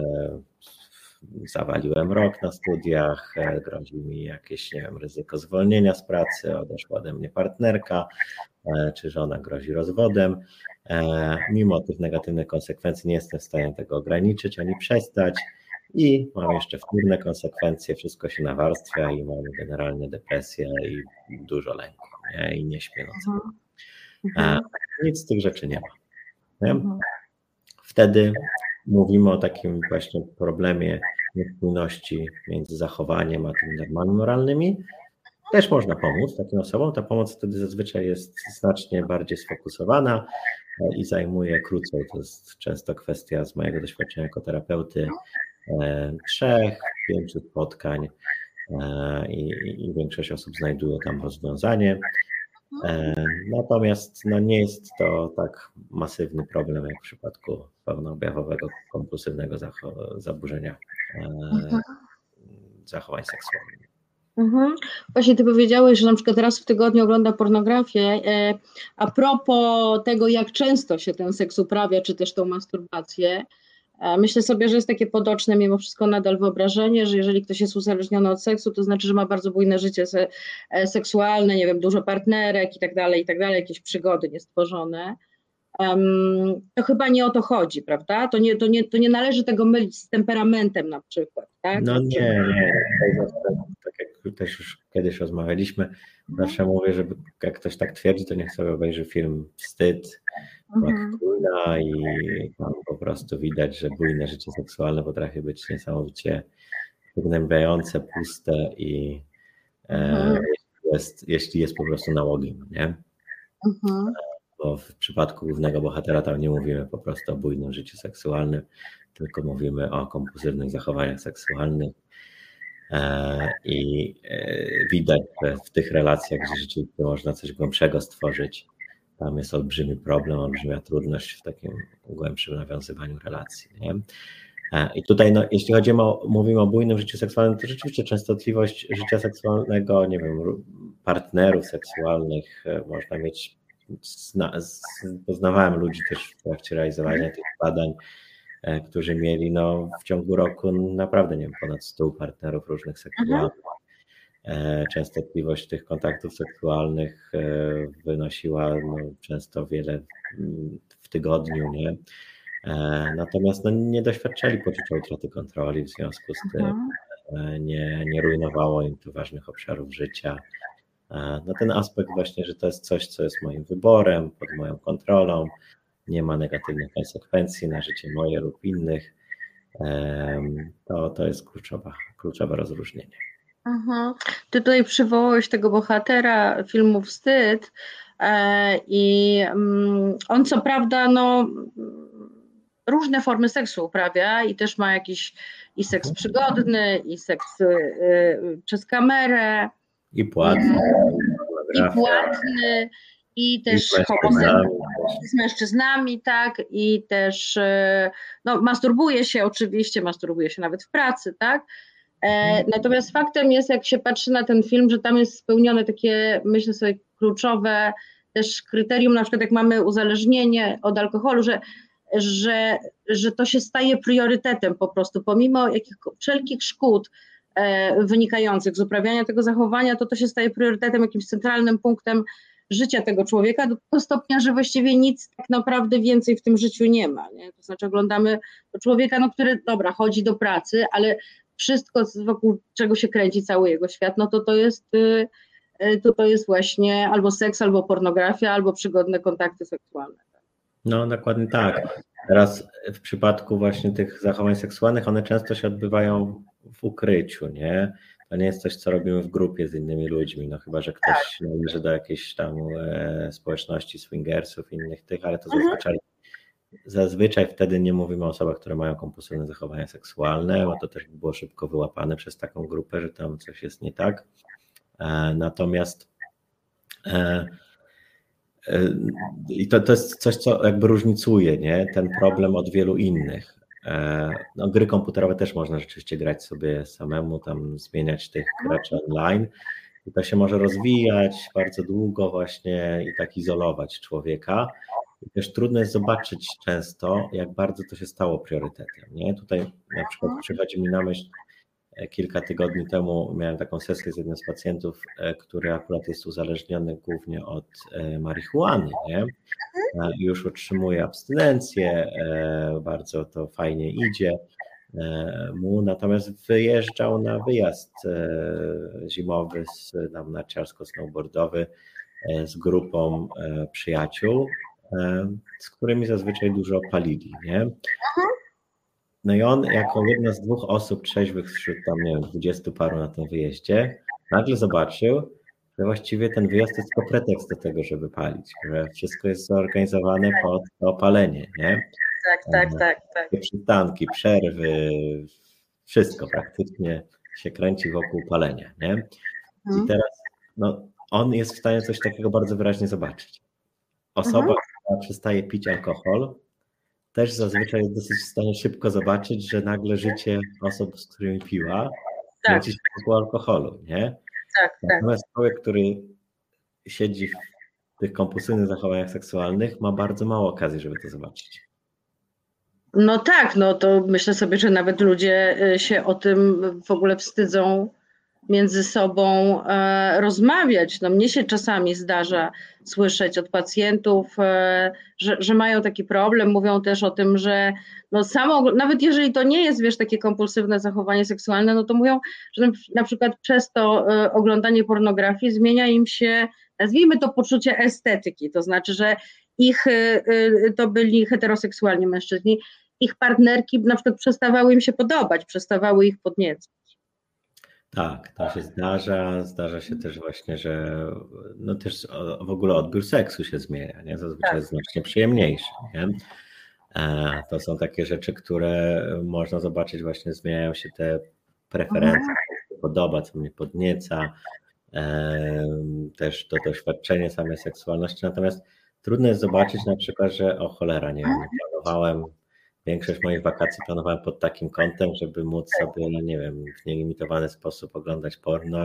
Speaker 2: Zawaliłem rok na studiach, grozi mi jakieś, nie wiem, ryzyko zwolnienia z pracy, odeszła ode mnie partnerka, czy żona grozi rozwodem. Mimo tych negatywnych konsekwencji nie jestem w stanie tego ograniczyć ani przestać i mam jeszcze wtórne konsekwencje, wszystko się nawarstwia i mam generalnie depresję i dużo lęku, nie? I nie śpię nocami. Nic z tych rzeczy nie ma. Nie? Wtedy mówimy o takim właśnie problemie niespójności między zachowaniem a tymi normami moralnymi. Też można pomóc takim osobom. Ta pomoc wtedy zazwyczaj jest znacznie bardziej sfokusowana i zajmuje krócej. To jest często kwestia z mojego doświadczenia jako terapeuty 3-5 spotkań i większość osób znajduje tam rozwiązanie. Natomiast nie jest to tak masywny problem jak w przypadku pełnoobjawowego kompulsywnego zaburzenia zachowań seksualnych.
Speaker 1: Właśnie ty powiedziałeś, że na przykład raz w tygodniu ogląda pornografię. A propos tego, jak często się ten seks uprawia, czy też tą masturbację, myślę sobie, że jest takie podoczne mimo wszystko nadal wyobrażenie, że jeżeli ktoś jest uzależniony od seksu, to znaczy, że ma bardzo bujne życie seksualne, nie wiem, dużo partnerek i tak dalej, jakieś przygody niestworzone. To chyba nie o to chodzi, prawda? To nie należy tego mylić z temperamentem na przykład, tak?
Speaker 2: No nie. Tak jak też już kiedyś rozmawialiśmy, zawsze mówię, że jak ktoś tak twierdzi, to niech sobie obejrzy film Wstyd McQueena i tam po prostu widać, że bujne życie seksualne potrafi być niesamowicie wygnębiające, puste i jeśli jest po prostu nałogiem, nie? Bo w przypadku głównego bohatera tam nie mówimy po prostu o bujnym życiu seksualnym, tylko mówimy o kompulsywnych zachowaniach seksualnych i widać, że w tych relacjach, gdzie rzeczywiście można coś głębszego stworzyć, tam jest olbrzymi problem, olbrzymia trudność w takim głębszym nawiązywaniu relacji, nie? I tutaj, jeśli mówimy o bujnym życiu seksualnym, to rzeczywiście częstotliwość życia seksualnego, nie wiem, partnerów seksualnych można mieć. Poznawałem ludzi też w trakcie realizowania tych badań, którzy mieli w ciągu roku naprawdę, nie wiem, ponad 100 partnerów różnych seksualnych. Częstotliwość tych kontaktów seksualnych wynosiła często wiele w tygodniu, nie? Natomiast nie doświadczali poczucia utraty kontroli, w związku z tym nie rujnowało im tu ważnych obszarów życia. Ten aspekt właśnie, że to jest coś, co jest moim wyborem, pod moją kontrolą, nie ma negatywnych konsekwencji na życie moje lub innych, to jest kluczowe rozróżnienie.
Speaker 1: Ty tutaj przywołałeś tego bohatera filmu Wstyd i on co prawda różne formy seksu uprawia i też ma jakiś i seks przygodny, i seks przez kamerę.
Speaker 2: I płatny.
Speaker 1: I też z mężczyznami, tak, i też masturbuje się oczywiście, nawet w pracy, tak. Natomiast faktem jest, jak się patrzy na ten film, że tam jest spełnione takie, myślę sobie, kluczowe też kryterium, na przykład jak mamy uzależnienie od alkoholu, że to się staje priorytetem po prostu, pomimo wszelkich szkód wynikających z uprawiania tego zachowania, to się staje priorytetem, jakimś centralnym punktem życia tego człowieka, do tego stopnia, że właściwie nic tak naprawdę więcej w tym życiu nie ma. Nie? To znaczy oglądamy człowieka, który chodzi do pracy, ale wszystko, wokół czego się kręci cały jego świat, to jest właśnie albo seks, albo pornografia, albo przygodne kontakty seksualne.
Speaker 2: Dokładnie tak. Teraz w przypadku właśnie tych zachowań seksualnych, one często się odbywają w ukryciu, nie? To nie jest coś, co robimy w grupie z innymi ludźmi, chyba że ktoś należy do jakiejś tam społeczności swingersów, innych tych, ale to zazwyczaj wtedy nie mówimy o osobach, które mają kompulsywne zachowania seksualne, bo to też by było szybko wyłapane przez taką grupę, że tam coś jest nie tak. Natomiast i to jest coś, co jakby różnicuje, nie? Ten problem od wielu innych. Gry komputerowe też można rzeczywiście grać sobie samemu, tam zmieniać tych graczy online i to się może rozwijać bardzo długo właśnie i tak izolować człowieka. I też trudno jest zobaczyć często, jak bardzo to się stało priorytetem, nie? Tutaj na przykład przychodzi mi na myśl, kilka tygodni temu miałem taką sesję z jednym z pacjentów, który akurat jest uzależniony głównie od marihuany, nie? Już utrzymuje abstynencję, bardzo to fajnie idzie mu, natomiast wyjeżdżał na wyjazd zimowy narciarsko-snowboardowy z grupą przyjaciół, z którymi zazwyczaj dużo palili, nie? I on jako jedna z 2 osób trzeźwych wśród tam, nie wiem, 20 paru na tym wyjeździe, nagle zobaczył, że właściwie ten wyjazd jest tylko pretekst do tego, żeby palić, że wszystko jest zorganizowane pod to palenie, nie?
Speaker 1: Tak.
Speaker 2: Przystanki, przerwy, wszystko praktycznie się kręci wokół palenia, nie? I teraz on jest w stanie coś takiego bardzo wyraźnie zobaczyć. Osoba, która przestaje pić alkohol, też zazwyczaj jest dosyć w stanie szybko zobaczyć, że nagle życie osób, z którymi piła, kręci się wokół alkoholu, nie?
Speaker 1: Tak.
Speaker 2: Natomiast człowiek, który siedzi w tych kompulsywnych zachowaniach seksualnych, ma bardzo mało okazji, żeby to zobaczyć.
Speaker 1: To myślę sobie, że nawet ludzie się o tym w ogóle wstydzą między sobą rozmawiać. Mnie się czasami zdarza słyszeć od pacjentów, że mają taki problem, mówią też o tym, że nawet jeżeli to nie jest, takie kompulsywne zachowanie seksualne, to mówią, że na przykład przez to oglądanie pornografii zmienia im się, nazwijmy to, poczucie estetyki, to znaczy, że to byli heteroseksualni mężczyźni, ich partnerki na przykład przestawały im się podobać, przestawały ich podniecać.
Speaker 2: Tak, to się zdarza. Zdarza się też właśnie, że też w ogóle odbiór seksu się zmienia, nie? Zazwyczaj jest znacznie przyjemniejszy, nie? To są takie rzeczy, które można zobaczyć, właśnie zmieniają się te preferencje, co mi się podoba, co mnie podnieca, też to doświadczenie samej seksualności, natomiast trudno jest zobaczyć na przykład, że o cholera, nie wiem, większość moich wakacji planowałem pod takim kątem, żeby móc sobie, nie wiem, w nielimitowany sposób oglądać porno,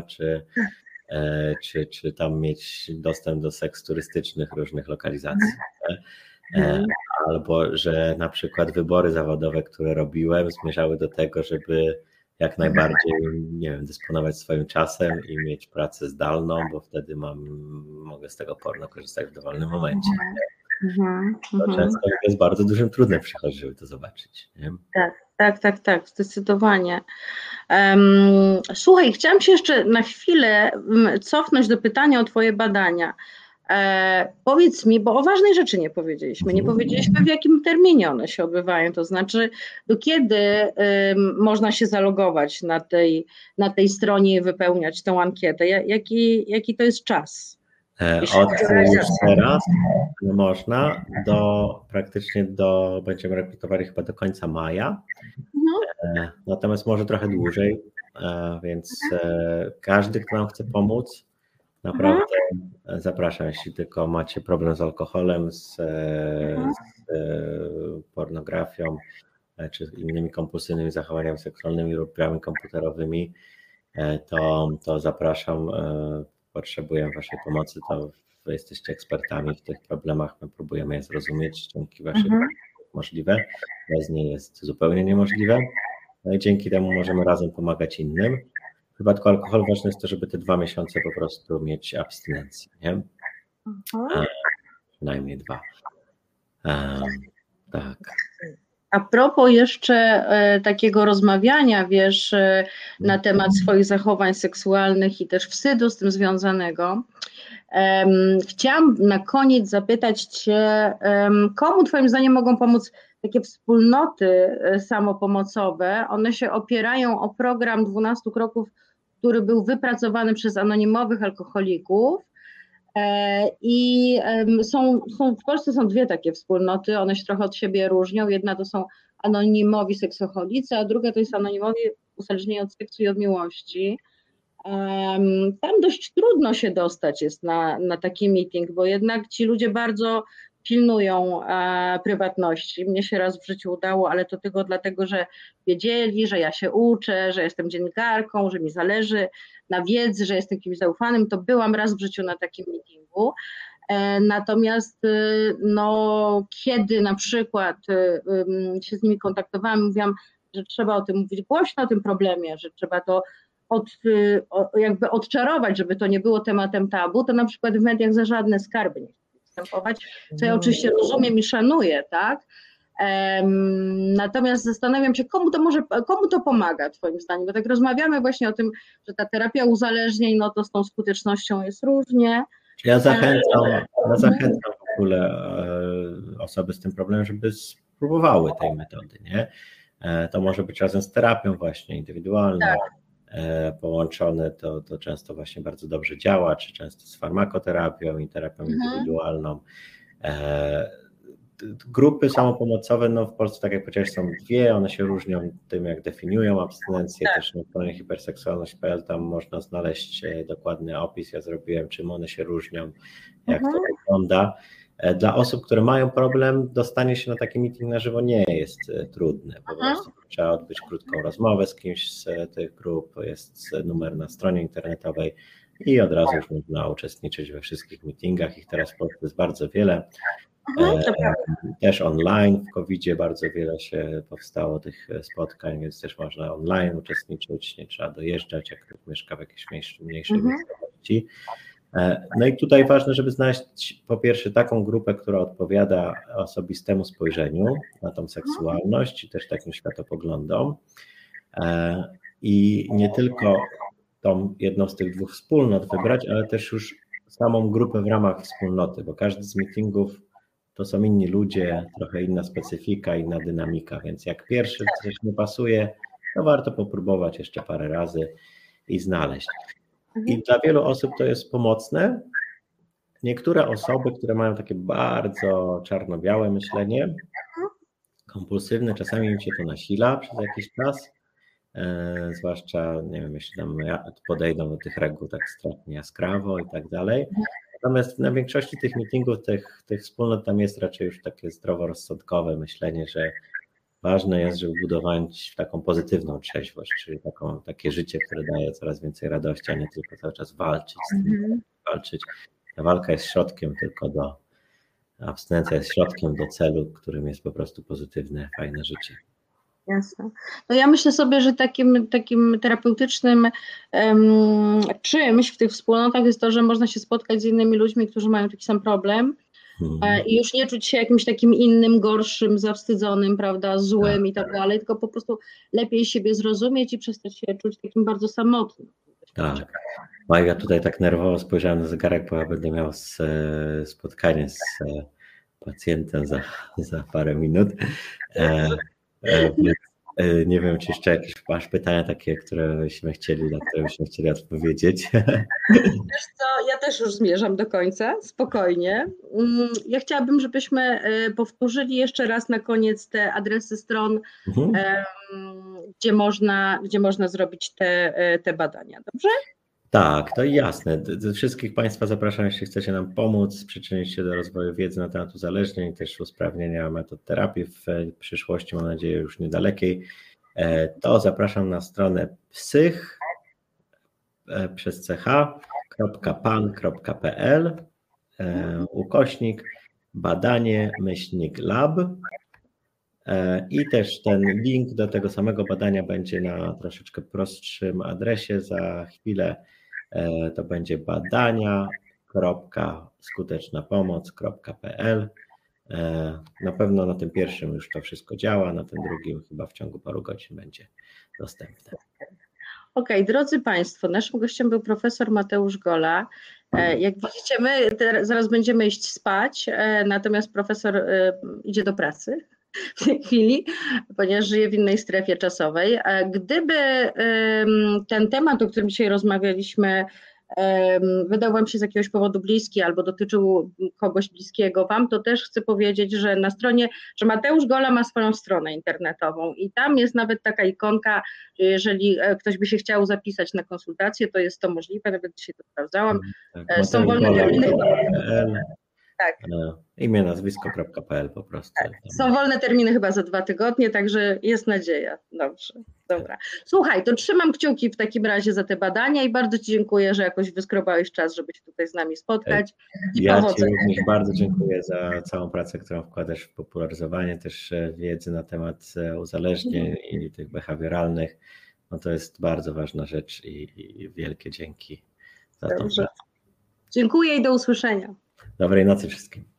Speaker 2: czy tam mieć dostęp do seks turystycznych różnych lokalizacji. albo że na przykład wybory zawodowe, które robiłem, zmierzały do tego, żeby jak najbardziej, nie wiem, dysponować swoim czasem i mieć pracę zdalną, bo wtedy mogę z tego porno korzystać w dowolnym momencie. To często jest bardzo dużym trudem przychodzi, żeby to zobaczyć. Nie?
Speaker 1: Tak, zdecydowanie. Słuchaj, chciałam się jeszcze na chwilę cofnąć do pytania o Twoje badania. Powiedz mi, bo o ważnej rzeczy nie powiedzieliśmy. Nie powiedzieliśmy, w jakim terminie one się odbywają, to znaczy do kiedy można się zalogować na tej stronie i wypełniać tę ankietę. Jaki to jest czas?
Speaker 2: Od już teraz można praktycznie będziemy rekrutowali chyba do końca maja, natomiast może trochę dłużej, więc każdy, kto nam chce pomóc, naprawdę zapraszam, jeśli tylko macie problem z alkoholem, z pornografią, czy innymi kompulsywnymi zachowaniami seksualnymi lub grami komputerowymi, to zapraszam. Potrzebuję Waszej pomocy, to Wy jesteście ekspertami w tych problemach, my próbujemy je zrozumieć, dzięki Waszej możliwe, bez niej jest zupełnie niemożliwe, no i dzięki temu możemy razem pomagać innym. W przypadku alkoholu ważne jest to, żeby te 2 miesiące po prostu mieć abstynencję, nie? Przynajmniej 2. Tak.
Speaker 1: A propos jeszcze takiego rozmawiania, wiesz, na temat swoich zachowań seksualnych i też wstydu z tym związanego, chciałam na koniec zapytać Cię, komu Twoim zdaniem mogą pomóc takie wspólnoty samopomocowe? One się opierają o program 12 kroków, który był wypracowany przez anonimowych alkoholików. I w Polsce są 2 takie wspólnoty, one się trochę od siebie różnią. Jedna to są anonimowi seksoholicy, a druga to jest anonimowi uzależnieni od seksu i od miłości. Tam dość trudno się dostać jest na taki meeting, bo jednak ci ludzie bardzo pilnują prywatności. Mnie się raz w życiu udało, ale to tylko dlatego, że wiedzieli, że ja się uczę, że jestem dziennikarką, że mi zależy na wiedzy, że jestem kimś zaufanym, to byłam raz w życiu na takim meetingu. Natomiast kiedy na przykład się z nimi kontaktowałam, mówiłam, że trzeba o tym mówić głośno, o tym problemie, że trzeba to jakby odczarować, żeby to nie było tematem tabu, to na przykład w mediach za żadne skarby nie chcę występować, co ja oczywiście rozumiem i szanuję, tak? Natomiast zastanawiam się, komu to pomaga Twoim zdaniem, bo tak rozmawiamy właśnie o tym, że ta terapia uzależnień, no to z tą skutecznością jest różnie.
Speaker 2: Ja zachęcam w ogóle osoby z tym problemem, żeby spróbowały tej metody, nie? To może być razem z terapią właśnie indywidualną, połączone, to często właśnie bardzo dobrze działa, czy często z farmakoterapią i terapią indywidualną. Grupy samopomocowe, no w Polsce, tak jak powiedziałeś, są 2, one się różnią tym, jak definiują abstynencję, też na stronie hiperseksualność.pl, tam można znaleźć dokładny opis, ja zrobiłem, czym one się różnią, jak to wygląda. Dla osób, które mają problem, dostanie się na taki meeting na żywo nie jest trudne, po prostu trzeba odbyć krótką rozmowę z kimś z tych grup, jest numer na stronie internetowej i od razu już można uczestniczyć we wszystkich meetingach, ich teraz w Polsce jest bardzo wiele. Też online, w COVID-zie bardzo wiele się powstało tych spotkań, więc też można online uczestniczyć, nie trzeba dojeżdżać, jak ktoś mieszka w jakiejś mniejszej miejscowości. No i tutaj ważne, żeby znaleźć po pierwsze taką grupę, która odpowiada osobistemu spojrzeniu na tą seksualność i też takim światopoglądom. I nie tylko tą jedną z tych 2 wspólnot wybrać, ale też już samą grupę w ramach wspólnoty, bo każdy z meetingów to są inni ludzie, trochę inna specyfika, inna dynamika, więc jak pierwszy coś nie pasuje, to warto popróbować jeszcze parę razy i znaleźć. I dla wielu osób to jest pomocne. Niektóre osoby, które mają takie bardzo czarno-białe myślenie, kompulsywne, czasami im się to nasila przez jakiś czas, zwłaszcza, nie wiem, jeśli tam podejdą do tych reguł tak strasznie jaskrawo i tak dalej. Natomiast na większości tych meetingów, tych wspólnot tam jest raczej już takie zdroworozsądkowe myślenie, że ważne jest, żeby budować taką pozytywną trzeźwość, czyli takie życie, które daje coraz więcej radości, a nie tylko cały czas walczyć z tym, walczyć. Ta walka jest środkiem tylko abstynencja jest środkiem do celu, którym jest po prostu pozytywne, fajne życie.
Speaker 1: Jasne. No ja myślę sobie, że takim terapeutycznym czymś w tych wspólnotach jest to, że można się spotkać z innymi ludźmi, którzy mają taki sam problem i już nie czuć się jakimś takim innym, gorszym, zawstydzonym, prawda, złym i tak dalej, tylko po prostu lepiej siebie zrozumieć i przestać się czuć takim bardzo samotnym.
Speaker 2: Tak. Ja tutaj tak nerwowo spojrzałem na zegarek, bo ja będę miał spotkanie z pacjentem za parę minut. Nie wiem, czy jeszcze jakieś masz pytania takie, na które byśmy chcieli odpowiedzieć.
Speaker 1: Wiesz co, ja też już zmierzam do końca, spokojnie. Ja chciałabym, żebyśmy powtórzyli jeszcze raz na koniec te adresy stron, gdzie można zrobić te badania, dobrze?
Speaker 2: Tak, to jasne. Wszystkich Państwa zapraszam, jeśli chcecie nam pomóc, przyczynić się do rozwoju wiedzy na temat uzależnień, też usprawnienia metod terapii w przyszłości, mam nadzieję już niedalekiej, to zapraszam na stronę przez ch.pan.pl /badanie-lab i też ten link do tego samego badania będzie na troszeczkę prostszym adresie za chwilę. To będzie badania.skutecznapomoc.pl. Na pewno na tym pierwszym już to wszystko działa, na tym drugim chyba w ciągu paru godzin będzie dostępne.
Speaker 1: Okej, drodzy Państwo, naszym gościem był profesor Mateusz Gola. Jak widzicie, my zaraz będziemy iść spać, natomiast profesor idzie do pracy w tej chwili, ponieważ żyje w innej strefie czasowej. Gdyby ten temat, o którym dzisiaj rozmawialiśmy, wydał Wam się z jakiegoś powodu bliski albo dotyczył kogoś bliskiego Wam, to też chcę powiedzieć, że na stronie, że Mateusz Gola ma swoją stronę internetową i tam jest nawet taka ikonka, jeżeli ktoś by się chciał zapisać na konsultację, to jest to możliwe, nawet dzisiaj to sprawdzałam.
Speaker 2: Tak, są wolne terminy.
Speaker 1: Tak.
Speaker 2: Imię, nazwisko.pl po prostu.
Speaker 1: Tak. Są wolne terminy chyba za 2 tygodnie, także jest nadzieja. Dobrze, dobra. Słuchaj, to trzymam kciuki w takim razie za te badania i bardzo Ci dziękuję, że jakoś wyskrobałeś czas, żeby się tutaj z nami spotkać. I
Speaker 2: ja
Speaker 1: powodzenia.
Speaker 2: Ci również bardzo dziękuję za całą pracę, którą wkładasz w popularyzowanie też wiedzy na temat uzależnień i tych behawioralnych. No to jest bardzo ważna rzecz i wielkie dzięki za tą pracę.
Speaker 1: Dziękuję i do usłyszenia.
Speaker 2: Dobrej nocy wszystkim.